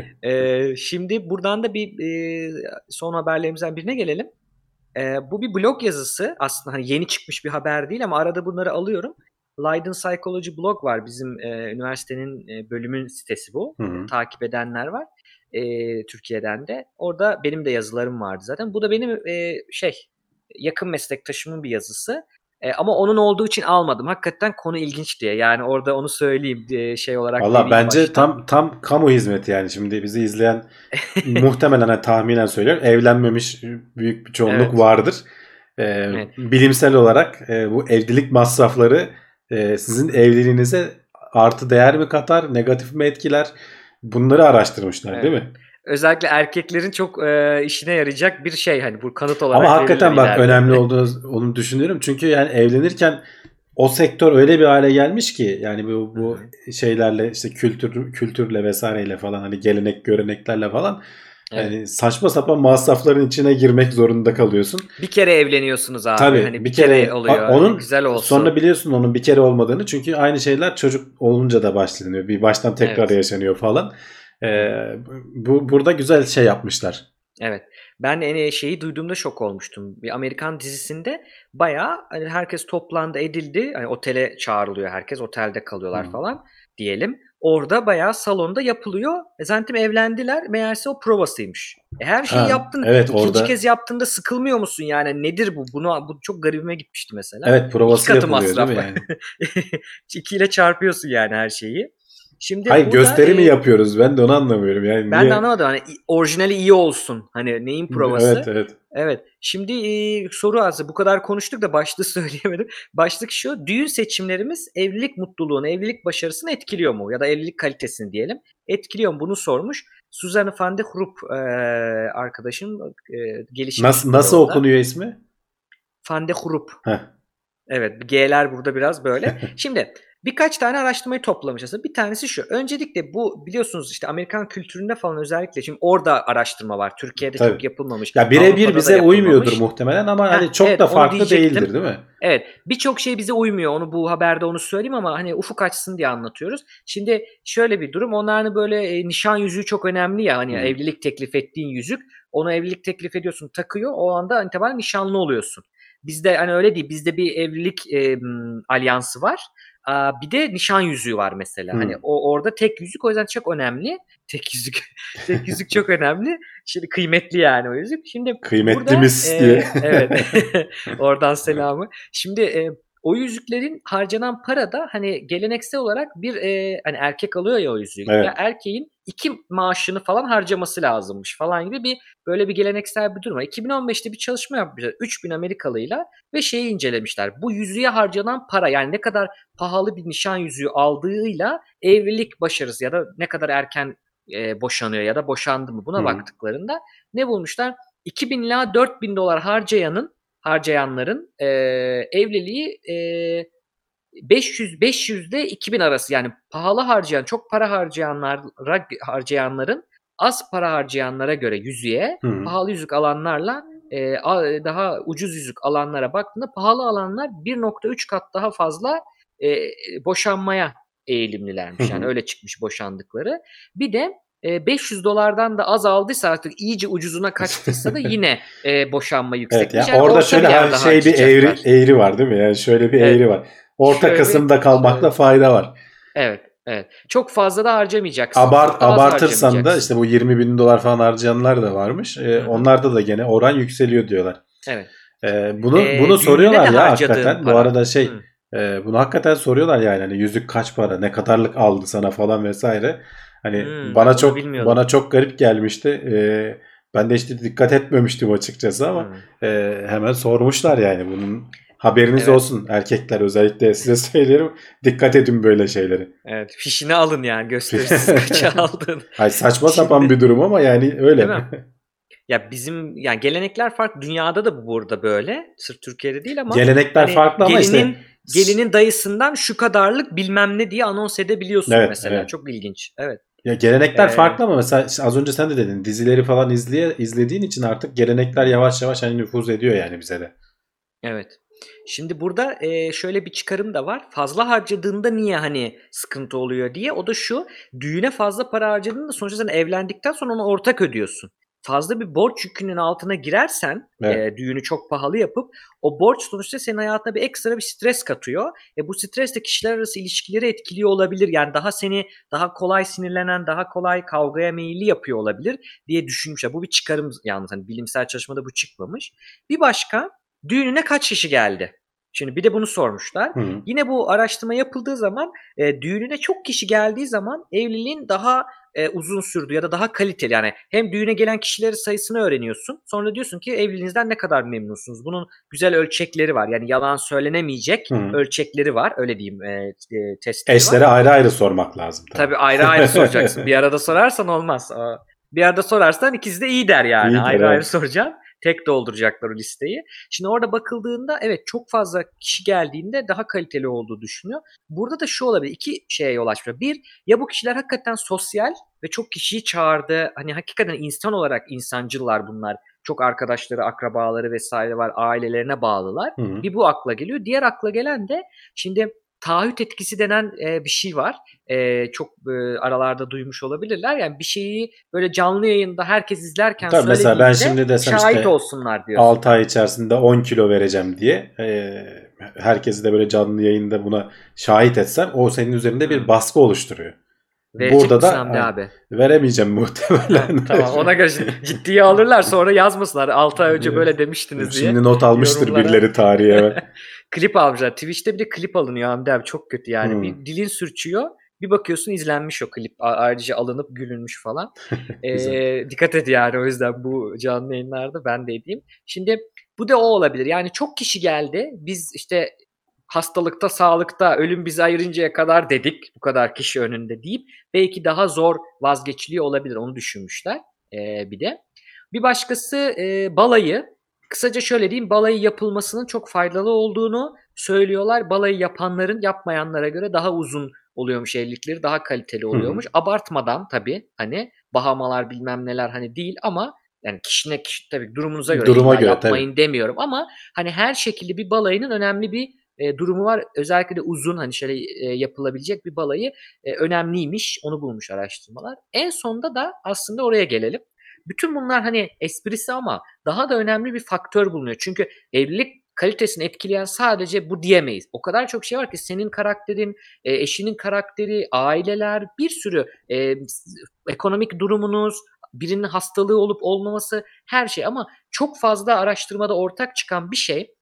Ee, şimdi buradan da bir e, son haberlerimizden birine gelelim. Ee, bu bir blog yazısı. Aslında hani yeni çıkmış bir haber değil ama arada bunları alıyorum. Leiden Psychology blog var. Bizim e, üniversitenin e, bölümün sitesi bu. Hı E, hı. takip edenler var. E, Türkiye'den de. Orada benim de yazılarım vardı zaten. Bu da benim e, şey yakın meslektaşımın bir yazısı. E, ama onun olduğu için almadım. Hakikaten konu ilginç diye. Yani orada onu söyleyeyim diye şey olarak Valla vereyim bence baştan. tam tam kamu hizmeti yani. Şimdi bizi izleyen muhtemelen hani tahminen söylüyorum evlenmemiş büyük bir çoğunluk Evet. vardır. Ee, Evet. bilimsel olarak e, bu evlilik masrafları e, sizin evliliğinize artı değer mi katar, negatif mi etkiler? Bunları araştırmışlar Evet. değil mi? Özellikle erkeklerin çok e, işine yarayacak bir şey hani bu kanıt Ama olarak verirler hakikaten bak ileride. önemli olduğunu onu düşünüyorum. Çünkü yani evlenirken o sektör öyle bir hale gelmiş ki yani bu, Hı bu hı. şeylerle işte kültür kültürle vesaireyle falan hani gelenek göreneklerle falan Evet. Yani saçma sapan masrafların içine girmek zorunda kalıyorsun. Bir kere evleniyorsunuz abi. Tabii hani bir, bir kere, kere oluyor. a- onun Güzel olsun. sonra biliyorsun onun bir kere olmadığını, çünkü aynı şeyler çocuk olunca da başlanıyor. Bir baştan tekrar Evet. yaşanıyor falan. Ee, bu burada güzel şey yapmışlar. Evet. Ben en şeyi duyduğumda şok olmuştum. Bir Amerikan dizisinde bayağı hani herkes toplandı edildi. Hani otele çağrılıyor herkes. Otelde kalıyorlar Hı. falan diyelim. Orada bayağı salonda yapılıyor. E zannettim evlendiler. Meğerse o provasıymış. E her şeyi Ha, yaptın. evet, İkinci orada kez yaptığında sıkılmıyor musun yani? Nedir bu? Bunu bu çok garibime gitmişti mesela. evet İki provası katı yapılıyor değil mi masraf. yani? İkiyle çarpıyorsun yani her şeyi. Şimdi Hayır, burada gösteri mi e, yapıyoruz? Ben de onu anlamıyorum. Yani ben de niye? anlamadım. Hani i- orijinali iyi olsun. Hani neyin provası? Evet, evet. Evet. Şimdi e, soru azı. Bu kadar konuştuk da başlığı söyleyemedim. Başlık şu. Düğün seçimlerimiz evlilik mutluluğunu, evlilik başarısını etkiliyor mu? Ya da evlilik kalitesini diyelim. Etkiliyor mu? Bunu sormuş. Suzanne van de Groep e, arkadaşım e, gelişim Nasıl üstünde nasıl orada. okunuyor ismi? Van de Groep. Heh. Evet, G'ler burada biraz böyle. Şimdi birkaç tane araştırmayı toplamış aslında. Bir tanesi şu. Öncelikle bu biliyorsunuz işte Amerikan kültüründe falan özellikle şimdi orada araştırma var. Türkiye'de Tabii. çok yapılmamış. Ya birebir Avrupa'da da bize yapılmamış. uymuyordur muhtemelen ama hani Heh, çok evet, da onu farklı diyecektim. değildir değil mi? Evet, birçok şey bize uymuyor. Onu bu haberde onu söyleyeyim ama hani ufuk açsın diye anlatıyoruz. Şimdi şöyle bir durum. Onlar hani böyle e, nişan yüzüğü çok önemli ya. Hani Hı. evlilik teklif ettiğin yüzük. Onu evlilik teklif ediyorsun, takıyor. O anda itibaren nişanlı oluyorsun. Bizde hani öyle değil. Bizde bir evlilik e, m, alyansı var. Aa, bir de nişan yüzüğü var mesela. Hı. Hani o orada tek yüzük, o yüzden çok önemli. Tek yüzük. Tek yüzük çok önemli. Şimdi kıymetli yani o yüzük. Şimdi Kıymetlimiz burada, diye. E, evet. Oradan selamı. Şimdi e, o yüzüklerin harcanan para da hani geleneksel olarak bir e, hani erkek alıyor ya o yüzüğü. Evet. Ya erkeğin iki maaşını falan harcaması lazımmış falan gibi bir böyle bir geleneksel bir durum var. iki bin on beşte bir çalışma yapmışlar üç bin Amerikalıyla ve şeyi incelemişler. Bu yüzüğe harcanan para, yani ne kadar pahalı bir nişan yüzüğü aldığıyla evlilik başarısı ya da ne kadar erken e, boşanıyor ya da boşandı mı, buna Hı. baktıklarında ne bulmuşlar? iki bin ila dört bin dolar harcayanın harcayanların e, evliliği e, beş yüz beş yüz ile iki bin arası, yani pahalı harcayan, çok para harcayanlara harcayanların az para harcayanlara göre yüzüğe, Hı. pahalı yüzük alanlarla e, daha ucuz yüzük alanlara baktığında pahalı alanlar bir nokta üç kat daha fazla e, boşanmaya eğilimlilermiş. Yani öyle çıkmış boşandıkları. Bir de e, beş yüz dolardan da az aldıysa, artık iyice ucuzuna kaçtıysa da yine e, boşanma yüksekmiş. Evet, yani yani orada orta şöyle bir yerde şey bir eğri, harcayacaklar. eğri var değil mi? Yani şöyle bir Evet. eğri var. Orta Şöyle bir- kısımda kalmakta şöyle- fayda var. Evet, evet. Çok fazla da harcamayacaksın. Abart, çok da az abartırsan da harcamayacaksın. işte bu yirmi bin dolar falan harcayanlar da varmış. Ee, Hı hı. onlarda da gene oran yükseliyor diyorlar. Evet. Ee, bunu Ee, bunu düğününe soruyorlar de ya harcadığın hakikaten. Bu para. arada şey Hı. e, bunu hakikaten soruyorlar yani. Hani yüzük kaç para, ne kadarlık aldı sana falan vesaire. Hani Hmm, bana bak onu çok bilmiyordum. bana çok garip gelmişti. Ee, ben de işte dikkat etmemiştim açıkçası ama Hmm. e, hemen sormuşlar yani bunun. Haberiniz Evet. olsun erkekler, özellikle size söylerim. Dikkat edin böyle şeyleri. Evet, fişini alın yani, gösterisiz kaça aldın. Ay saçma Şimdi- sapan bir durum ama yani öyle. Değil mi? Ya bizim yani gelenekler farklı. Dünyada da bu burada böyle. Sırf Türkiye'de değil ama Gelenekler hani farklı ama gelinin işte gelinin dayısından şu kadarlık bilmem ne diye anons edebiliyorsun Evet, mesela. evet. Çok ilginç. Evet. ya gelenekler Ee, farklı ama mesela işte az önce sen de dedin, dizileri falan izleye, izlediğin için artık gelenekler yavaş yavaş hani nüfuz ediyor yani bize de. Evet. Şimdi burada e, şöyle bir çıkarım da var. Fazla harcadığında niye hani sıkıntı oluyor diye. O da şu. Düğüne fazla para harcadığında sonuçta sen evlendikten sonra onu ortak ödüyorsun. Fazla bir borç yükünün altına girersen, Evet. e, düğünü çok pahalı yapıp, o borç sonuçta senin hayatına bir ekstra bir stres katıyor. E, bu stres de kişiler arası ilişkileri etkiliyor olabilir. Yani daha seni daha kolay sinirlenen, daha kolay kavgaya meyilli yapıyor olabilir diye düşünmüşler. Bu bir çıkarım yalnız. Hani bilimsel çalışmada bu çıkmamış. Bir başka, düğününe kaç kişi geldi? Şimdi bir de bunu sormuşlar. Hı. Yine bu araştırma yapıldığı zaman e, düğününe çok kişi geldiği zaman evliliğin daha e, uzun sürdüğü ya da daha kaliteli, yani hem düğüne gelen kişilerin sayısını öğreniyorsun. Sonra diyorsun ki evliliğinizden ne kadar memnunsunuz? Bunun güzel ölçekleri var. Yani yalan söylenemeyecek Hı. ölçekleri var. Öyle diyeyim, e, e, testleri var. Eşlere ayrı ayrı sormak lazım. Tabii, Tabii ayrı ayrı soracaksın. Bir arada sorarsan olmaz. Aa, Bir arada sorarsan ikisi de iyi der yani. İyi der, ayrı evet. ayrı soracaksın. tek dolduracaklar o listeyi. Şimdi orada bakıldığında evet çok fazla kişi geldiğinde daha kaliteli olduğu düşünüyor. Burada da şu olabilir. İki şeye yol açıyor. Bir, ya bu kişiler hakikaten sosyal ve çok kişiyi çağırdı. Hani hakikaten insan olarak insancıllar bunlar. Çok arkadaşları, akrabaları vesaire var. Ailelerine bağlılar. Hı hı. Bir bu akla geliyor. Diğer akla gelen de şimdi taahhüt etkisi denen e, bir şey var. E, çok e, aralarda duymuş olabilirler. Yani bir şeyi böyle canlı yayında herkes izlerken Tabii mesela ben söylediğinde şimdi desem şahit işte olsunlar diyorsun. altı ay içerisinde on kilo vereceğim diye e, herkesi de böyle canlı yayında buna şahit etsem o senin üzerinde bir Hmm. baskı oluşturuyor. Verecek Burada misin da Hamdi ha, abi? veremeyeceğim Ha, muhtemelen. tamam ona göre cid- ciddiye alırlar sonra yazmasınlar. altı ay önce böyle demiştiniz diye Şimdi not almıştır yorumlara. birileri tarihe hemen. Klip almışlar. Twitch'te bir de klip alınıyor Hamdi abi. Çok kötü yani. Hmm. Bir dilin sürçüyor. Bir bakıyorsun izlenmiş o klip. A- Ayrıca alınıp gülünmüş falan. Güzel. Ee, dikkat et yani o yüzden bu canlı yayınlarda ben de edeyim. Şimdi bu da o olabilir. Yani çok kişi geldi. Biz işte hastalıkta, sağlıkta, ölüm bizi ayırıncaya kadar dedik. Bu kadar kişi önünde deyip belki daha zor vazgeçiliyor olabilir. Onu düşünmüşler ee, bir de. Bir başkası e, balayı. Kısaca şöyle diyeyim, balayı yapılmasının çok faydalı olduğunu söylüyorlar. Balayı yapanların yapmayanlara göre daha uzun oluyormuş evlilikleri, daha kaliteli oluyormuş. Abartmadan tabii hani bahamalar bilmem neler hani değil ama yani kişine kişi tabii durumunuza göre Duruma illa göre yapmayın tabii. demiyorum ama hani her şekilde bir balayının önemli bir e, durumu var. Özellikle de uzun hani şöyle e, yapılabilecek bir balayı e, önemliymiş. Onu bulmuş araştırmalar. En sonda da aslında oraya gelelim. Bütün bunlar hani esprisi ama daha da önemli bir faktör bulunuyor. Çünkü evlilik kalitesini etkileyen sadece bu diyemeyiz. O kadar çok şey var ki senin karakterin, e, eşinin karakteri, aileler, bir sürü e, ekonomik durumunuz, birinin hastalığı olup olmaması her şey ama çok fazla araştırmada ortak çıkan bir şey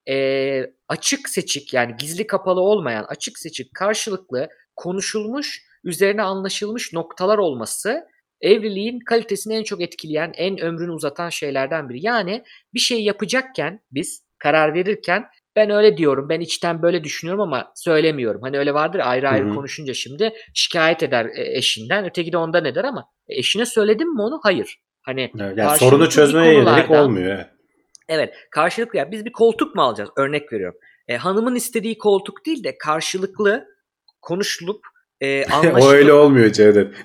e, açık seçik yani gizli kapalı olmayan açık seçik karşılıklı konuşulmuş üzerine anlaşılmış noktalar olması evliliğin kalitesini en çok etkileyen en ömrünü uzatan şeylerden biri. Yani bir şey yapacakken biz karar verirken ben öyle diyorum ben içten böyle düşünüyorum ama söylemiyorum. Hani öyle vardır ya, ayrı Hı ayrı hı. konuşunca şimdi şikayet eder e, eşinden öteki de ondan eder ama e, eşine söyledin mi onu? Hayır. Hani Evet, yani sorunu karşılıklı bir çözmeye yönelik konularda olmuyor. Evet. evet karşılıklı ya biz bir koltuk mu alacağız? Örnek veriyorum. E, hanımın istediği koltuk değil de karşılıklı konuşulup e, O öyle anlaşılıp olmuyor Cevdet.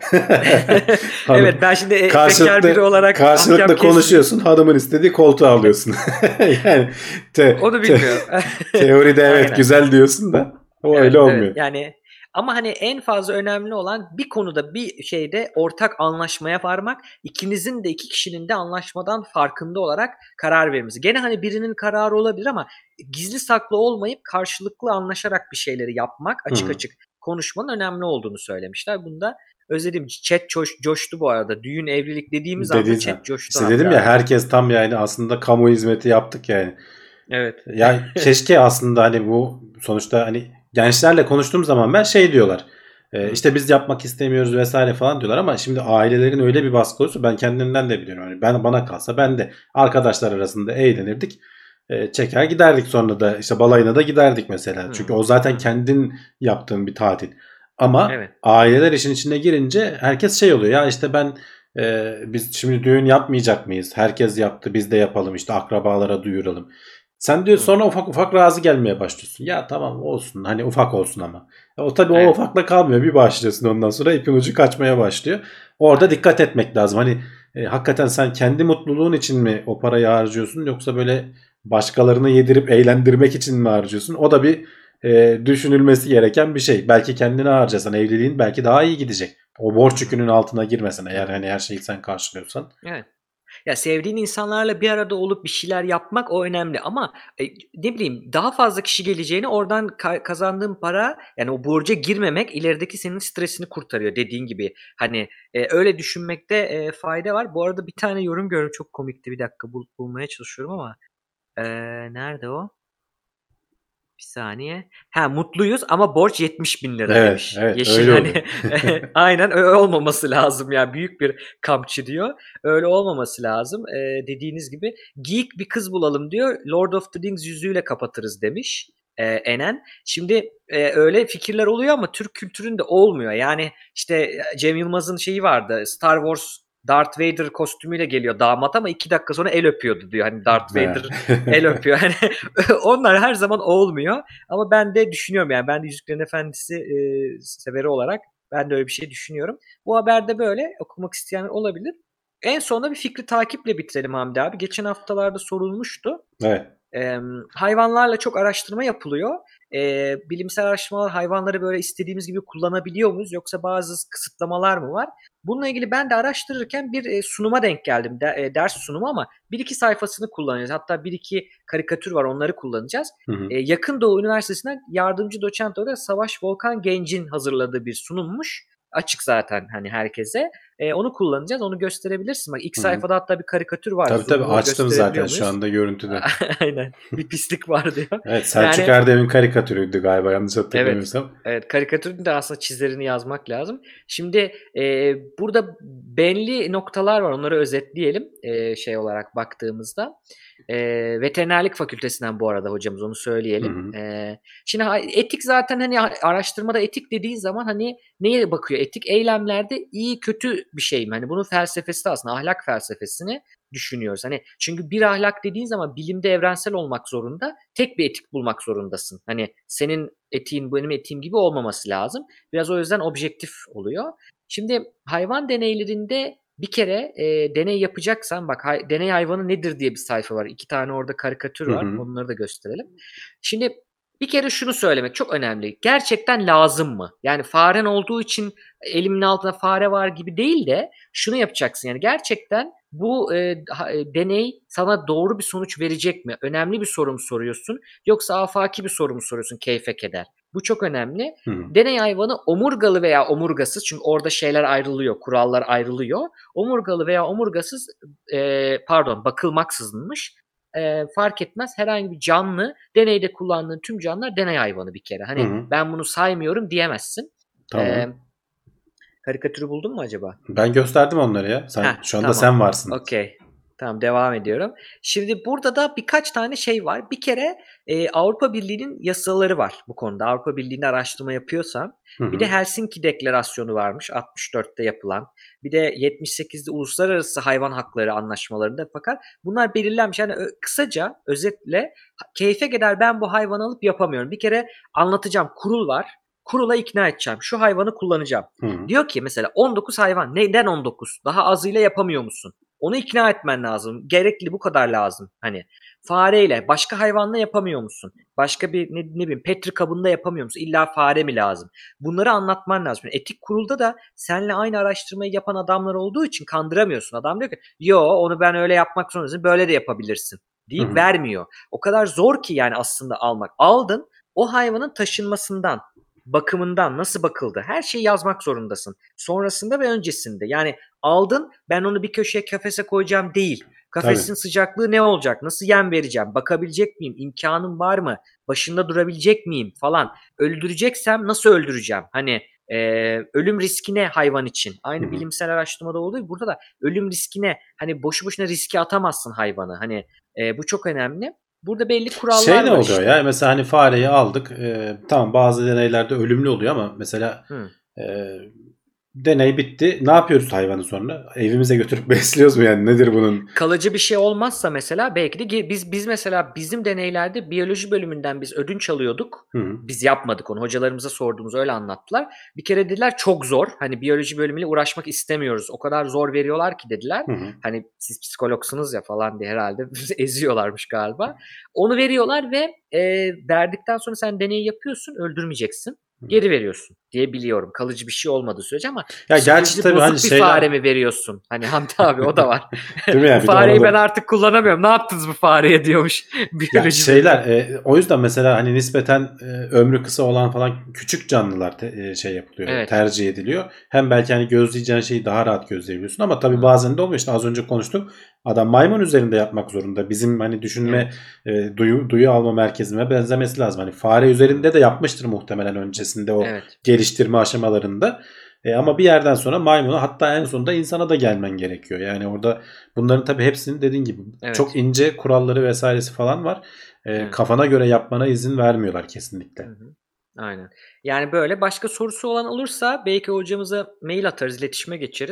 Hanım evet ben şimdi e, bekar biri karşılıklı olarak ahkam karşılıklı kesmeyeyim. konuşuyorsun, hanımın istediği koltuğu alıyorsun. Yani te, Onu te, bilmiyorum. teoride evet Aynen. güzel diyorsun da o Evet, öyle evet. olmuyor. Yani ama hani en fazla önemli olan bir konuda bir şeyde ortak anlaşmaya varmak, ikinizin de iki kişinin de anlaşmadan farkında olarak karar vermesi. Gene hani birinin kararı olabilir ama gizli saklı olmayıp karşılıklı anlaşarak bir şeyleri yapmak, Hı açık hı. açık konuşmanın önemli olduğunu söylemişler. Bunda özledim. Chat coş, coştu bu arada. Düğün, evlilik dediğimiz anda Dediğin chat coştu işte Hamdi dedim ya abi. herkes tam yani aslında kamu hizmeti yaptık yani. Evet. Ya keşke aslında hani bu sonuçta hani gençlerle konuştuğum zaman ben şey diyorlar. E, Hı. işte biz yapmak istemiyoruz vesaire falan diyorlar ama şimdi ailelerin öyle bir baskı olursa ben kendimden de biliyorum. Hani ben bana kalsa ben de arkadaşlar arasında eğlenirdik. E, çeker giderdik sonra da işte balayına da giderdik mesela. Hı. Çünkü o zaten Hı. kendin yaptığın bir tatil. Ama Evet. aileler işin içine girince herkes şey oluyor ya işte ben e, biz şimdi düğün yapmayacak mıyız? Herkes yaptı biz de yapalım işte akrabalara duyuralım. Sen diyor Hı. sonra ufak ufak razı gelmeye başlıyorsun. Ya tamam olsun hani ufak olsun ama. E, o tabii o Evet. ufakla kalmıyor. Bir başlıyorsun ondan sonra ipin ucu kaçmaya başlıyor. Orada Aynen. dikkat etmek lazım. Hani e, hakikaten sen kendi mutluluğun için mi o parayı harcıyorsun yoksa böyle başkalarını yedirip eğlendirmek için mi harcıyorsun? O da bir e, düşünülmesi gereken bir şey. Belki kendine harcasan evliliğin belki daha iyi gidecek. O borç Hı hı. yükünün altına girmesen Hı eğer hı. hani her şeyi sen karşılıyorsan. Evet. Ya sevdiğin insanlarla bir arada olup bir şeyler yapmak o önemli ama e, ne bileyim daha fazla kişi geleceğini oradan ka- kazandığın para yani o borca girmemek ilerideki senin stresini kurtarıyor dediğin gibi. Hani e, öyle düşünmekte e, fayda var. Bu arada bir tane yorum gördüm çok komikti bir dakika bul- bulmaya çalışıyorum ama e, nerede o? Bir saniye. Ha mutluyuz ama borç yetmiş bin lira Evet, demiş. evet Yeşil öyle hani oluyor. aynen öyle olmaması lazım ya. Büyük bir kampçı diyor. Öyle olmaması lazım. Ee, dediğiniz gibi geek bir kız bulalım diyor. Lord of the Rings yüzüğüyle kapatırız demiş. Ee, Enen. Şimdi e, öyle fikirler oluyor ama Türk kültüründe olmuyor. Yani işte Cem Yılmaz'ın şeyi vardı. Star Wars Darth Vader kostümüyle geliyor damat ama iki dakika sonra el öpüyordu diyor. Hani Darth Vader el öpüyor. Hani onlar her zaman olmuyor. Ama ben de düşünüyorum yani ben de Yüzüklerin Efendisi e, severi olarak ben de öyle bir şey düşünüyorum. Bu haberde böyle okumak isteyenler olabilir. En sonunda bir fikri takiple bitirelim Hamdi abi. Geçen haftalarda sorulmuştu. Evet. Ee, hayvanlarla çok araştırma yapılıyor. Ee, bilimsel araştırmalar hayvanları böyle istediğimiz gibi kullanabiliyor muyuz yoksa bazı kısıtlamalar mı var? Bununla ilgili ben de araştırırken bir e, sunuma denk geldim. De, e, ders sunumu ama bir iki sayfasını kullanacağız. Hatta bir iki karikatür var onları kullanacağız. Hı hı. E, Yakın Doğu Üniversitesi'nden yardımcı doçent olarak Savaş Volkan Genc'in hazırladığı bir sunummuş. Açık zaten hani herkese. E, onu kullanacağız. Onu gösterebilirsin. Bak ilk Hı hı. sayfada hatta bir karikatür var. Tabii tabii Zoom'u açtım zaten gösterebiliyor şu muyuz? anda görüntüde. Aynen. Bir pislik var diyor. Evet, Selçuk Yani Erdem'in karikatürüydü galiba yanlış evet. hatırlamıyorsam. Evet, karikatürün de aslında çizerini yazmak lazım. Şimdi e, burada belli noktalar var. Onları özetleyelim e, şey olarak baktığımızda. E, Veterinerlik Fakültesinden bu arada hocamız onu Hı söyleyelim. hı. E, şimdi ha- etik zaten hani araştırmada etik dediği zaman hani neye bakıyor? Etik eylemlerde iyi kötü bir şey mi? Hani bunun felsefesi de aslında ahlak felsefesini düşünüyoruz. Hani çünkü bir ahlak dediğin zaman bilimde evrensel olmak zorunda. Tek bir etik bulmak zorundasın. Hani senin etiğin benim etiğim gibi olmaması lazım. Biraz o yüzden objektif oluyor. Şimdi hayvan deneylerinde bir kere e, deney yapacaksan bak hay, deney hayvanı nedir diye bir sayfa var. İki tane orada karikatür Hı var. hı. Onları da gösterelim. Şimdi bir kere şunu söylemek çok önemli. Gerçekten lazım mı? Yani faren olduğu için elimin altında fare var gibi değil de şunu yapacaksın. Yani gerçekten bu e, ha- e, deney sana doğru bir sonuç verecek mi? Önemli bir soru mu soruyorsun? Yoksa afaki bir soru mu soruyorsun keyfe keder? Bu çok önemli. Hı hı. Deney hayvanı omurgalı veya omurgasız çünkü orada şeyler ayrılıyor, kurallar ayrılıyor. Omurgalı veya omurgasız e, pardon bakılmaksızınmış. E, fark etmez herhangi bir canlı deneyde kullandığın tüm canlılar deney hayvanı bir kere. Hı Hani hı. ben bunu saymıyorum diyemezsin. E, Tamam. karikatürü buldun mu acaba? Ben gösterdim onları ya. Sen Heh, şu anda tamam. sen varsın. Okey. Tamam devam ediyorum. Şimdi burada da birkaç tane şey var. Bir kere e, Avrupa Birliği'nin yasaları var bu konuda. Avrupa Birliği'nde araştırma yapıyorsan. Hı Bir de hı. Helsinki Deklarasyonu varmış altmış dörtte yapılan. Bir de yetmiş sekizde Uluslararası Hayvan Hakları Anlaşmalarında fakat bunlar belirlenmiş. Yani ö- kısaca özetle keyfe kadar ben bu hayvanı alıp yapamıyorum. Bir kere anlatacağım kurul var. Kurula ikna edeceğim. Şu hayvanı kullanacağım. Hı hı. Diyor ki mesela on dokuz hayvan. Neden on dokuz? Daha azıyla yapamıyor musun? Onu ikna etmen lazım. Gerekli bu kadar lazım. Hani fareyle başka hayvanla yapamıyor musun? Başka bir ne, ne bileyim petri kabında yapamıyor musun? İlla fare mi lazım? Bunları anlatman lazım. Yani etik kurulda da seninle aynı araştırmayı yapan adamlar olduğu için kandıramıyorsun. Adam diyor ki yo onu ben öyle yapmak zorundasın. Böyle de yapabilirsin Hı deyip hı. vermiyor. O kadar zor ki yani aslında almak. Aldın o hayvanın taşınmasından bakımından nasıl bakıldı her şeyi yazmak zorundasın. Sonrasında ve öncesinde yani aldın ben onu bir köşeye kafese koyacağım değil. Kafesin Tabii. sıcaklığı ne olacak? Nasıl yem vereceğim? Bakabilecek miyim? İmkanım var mı? Başında durabilecek miyim? Falan. Öldüreceksem nasıl öldüreceğim? Hani e, ölüm riskine hayvan için. Aynı Hı hı. bilimsel araştırmada olduğu gibi burada da ölüm riskine hani boşu boşuna riske atamazsın hayvanı. Hani e, bu çok önemli. Burada belli kurallar Şey ne var oluyor işte. ya? Mesela hani fareyi aldık. E, tamam bazı deneylerde ölümlü oluyor ama mesela Hı. e, deney bitti. Ne yapıyoruz hayvanı sonra? Evimize götürüp besliyoruz mu yani? Nedir bunun? Kalıcı bir şey olmazsa mesela belki de ge- biz biz mesela bizim deneylerde biyoloji bölümünden biz ödünç alıyorduk. Hı hı. Biz yapmadık onu. Hocalarımıza sorduğumuz öyle anlattılar. Bir kere dediler çok zor. Hani biyoloji bölümüyle uğraşmak istemiyoruz. O kadar zor veriyorlar ki dediler. Hı hı. Hani siz psikologsunuz ya falan diye herhalde bizi eziyorlarmış galiba. Onu veriyorlar ve e, verdikten sonra sen deneyi yapıyorsun, öldürmeyeceksin. Geri veriyorsun diye biliyorum. Kalıcı bir şey olmadığı sürece ama Ya gerçi psikolojisi tabii hani bozuk bir şeyler fare mi veriyorsun? Hani Hamdi abi o da var. değil mi Bu ya? Bir de fareyi onu ben da artık kullanamıyorum. Ne yaptınız bu fareye diyormuş ya biyoloji şeyler bölümü. e, o yüzden mesela hani nispeten e, ömrü kısa olan falan küçük canlılar te- e, şey yapılıyor, Evet. tercih ediliyor. Hem belki hani gözleyeceğin şeyi daha rahat gözleyebiliyorsun ama tabii Hı. bazen de olmuyor. İşte az önce konuştuk. Adam maymun üzerinde yapmak zorunda. Bizim hani düşünme Evet. e, duyu duyu alma merkezine benzemesi lazım. Hani fare üzerinde de yapmıştır muhtemelen öncesinde o Evet. geliştirme aşamalarında. E, ama bir yerden sonra maymuna hatta en sonunda insana da gelmen gerekiyor. Yani orada bunların tabii hepsinin dediğin gibi çok Evet. ince kuralları vesairesi falan var. E, Evet. kafana göre yapmana izin vermiyorlar kesinlikle. Hı hı. Aynen. Yani böyle başka sorusu olan olursa belki hocamıza mail atarız, iletişime geçeriz.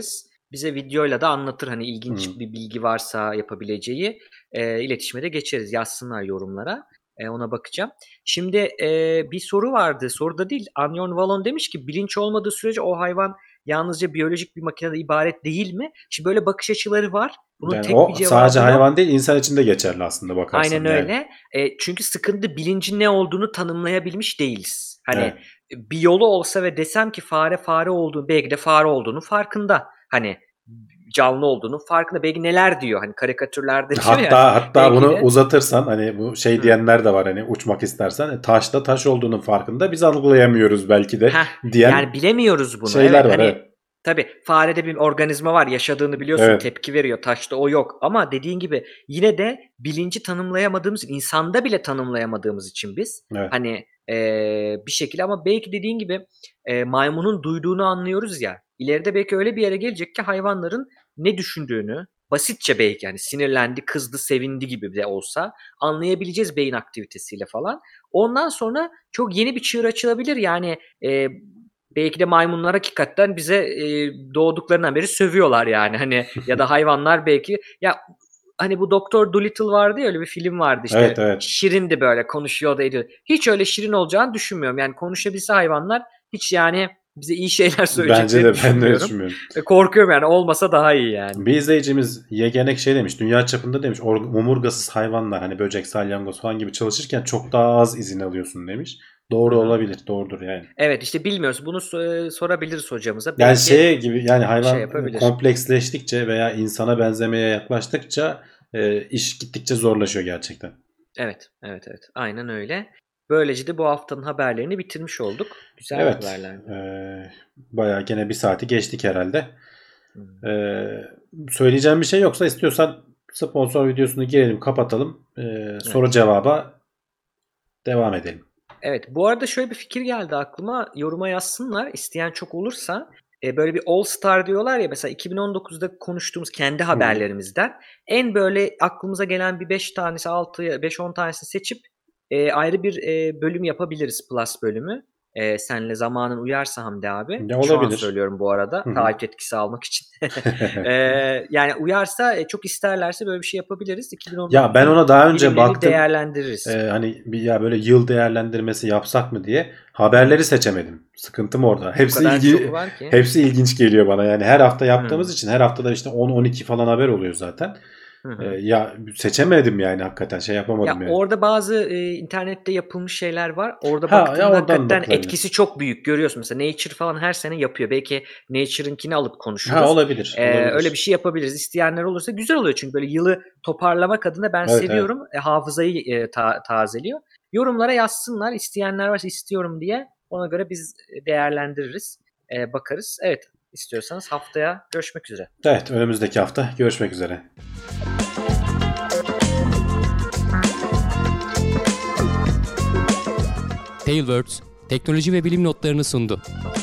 bize videoyla da anlatır. Hani ilginç Hı. bir bilgi varsa yapabileceği e, iletişime de geçeriz. Yazsınlar yorumlara. E, ona bakacağım. Şimdi e, bir soru vardı. Soru da değil. Anyon Valon demiş ki bilinç olmadığı sürece o hayvan yalnızca biyolojik bir makineden ibaret değil mi? Şimdi böyle bakış açıları var. Bunun Yani tek o bir cevabı sadece yok. hayvan değil, insan için de geçerli aslında bakarsan. Aynen yani. öyle. E, çünkü sıkıntı bilincin ne olduğunu tanımlayabilmiş değiliz. Hani Evet. bir yolu olsa ve desem ki fare fare olduğunu, belki de fare olduğunu farkında. Hani canlı olduğunu farkında. Belki neler diyor. Hani karikatürlerde diyor Hatta ya. hatta Belki bunu de uzatırsan hani bu şey Hı. diyenler de var, hani uçmak istersen e, taşta taş olduğunun farkında, biz algılayamıyoruz belki de Heh, diyen yani bilemiyoruz bunu. şeyler Evet var. hani Evet. tabii farede bir organizma var, yaşadığını biliyorsun, Evet. tepki veriyor. Taşta o yok. Ama dediğin gibi yine de bilinci tanımlayamadığımız, insanda bile tanımlayamadığımız için biz Evet. hani eee, bir şekilde, ama belki dediğin gibi eee, maymunun duyduğunu anlıyoruz ya. İleride belki öyle bir yere gelecek ki hayvanların ne düşündüğünü basitçe, belki yani sinirlendi, kızdı, sevindi gibi de olsa anlayabileceğiz beyin aktivitesiyle falan. Ondan sonra çok yeni bir çığır açılabilir. Yani eee, belki de maymunlar hakikaten bize e, doğduklarından beri sövüyorlar yani, hani ya da hayvanlar belki, ya hani bu Doktor Dolittle vardı ya, öyle bir film vardı işte, Evet, evet. şirindi, böyle konuşuyor da ediyor. Hiç öyle şirin olacağını düşünmüyorum. Yani konuşabilse hayvanlar hiç yani bize iyi şeyler Bence söyleyeceklerini de ben de öyle düşünmüyorum. düşünmüyorum. E, korkuyorum yani, olmasa daha iyi yani. Bir izleyicimiz Yegenek şey demiş, dünya çapında demiş or- omurgasız hayvanlar hani böcek, salyangoz falan gibi çalışırken çok daha az izin alıyorsun demiş. Doğru Hı hı. olabilir, doğrudur yani. Evet, işte bilmiyoruz. Bunu so- sorabiliriz hocamıza. Yani Belki şeye gibi, yani hayvan şey yapabilir. kompleksleştikçe veya insana benzemeye yaklaştıkça e, iş gittikçe zorlaşıyor gerçekten. Evet, evet, evet. Aynen öyle. Böylece de bu haftanın haberlerini bitirmiş olduk. Güzel Evet. haberlerdi. E, bayağı gene bir saati geçtik herhalde. Hmm. E, söyleyeceğim bir şey yoksa istiyorsan sponsor videosunu girelim, kapatalım. E, soru Evet. cevaba devam edelim. Evet, bu arada şöyle bir fikir geldi aklıma. Yoruma yazsınlar. İsteyen çok olursa e, böyle bir All Star diyorlar ya, mesela iki bin on dokuzda konuştuğumuz kendi haberlerimizden en böyle aklımıza gelen bir beş tanesi, altı beş on tanesini seçip e, ayrı bir e, bölüm yapabiliriz, Plus bölümü. E, senle zamanın uyarsa Hamdi abi. Ne Şu an olabilir? söylüyorum bu arada. Hı hı. Takip etkisi almak için. e, yani uyarsa, e, çok isterlerse böyle bir şey yapabiliriz. Ya ben ona daha önce filmlerini baktım. değerlendiririz. Ee, hani bir ya böyle yıl değerlendirmesi yapsak mı diye haberleri seçemedim. Sıkıntım orada. O Hepsi kadar ilgi çok var ki. hepsi ilginç geliyor bana. Yani her hafta yaptığımız Hmm. için her haftada işte on on iki falan haber oluyor zaten. Hı hı. Ee, ya seçemedim yani, hakikaten şey yapamadım Ya yani. orada bazı e, internette yapılmış şeyler var. Orada Ha, ya baktığında oradan hakikaten bakılabilir. etkisi çok büyük. Görüyorsun mesela Nature falan her sene yapıyor. Belki Nature'ınkini alıp Ha, konuşuruz. olabilir. Ee, olabilir. öyle bir şey yapabiliriz. İsteyenler olursa güzel oluyor, çünkü böyle yılı toparlamak adına ben Evet, seviyorum. E, hafızayı e, ta- tazeliyor. Yorumlara yazsınlar. İsteyenler varsa istiyorum diye. Ona göre biz değerlendiririz. E, bakarız. Evet, istiyorsanız haftaya görüşmek üzere. Evet, önümüzdeki hafta görüşmek üzere. Tailwords, teknoloji ve bilim notlarını sundu.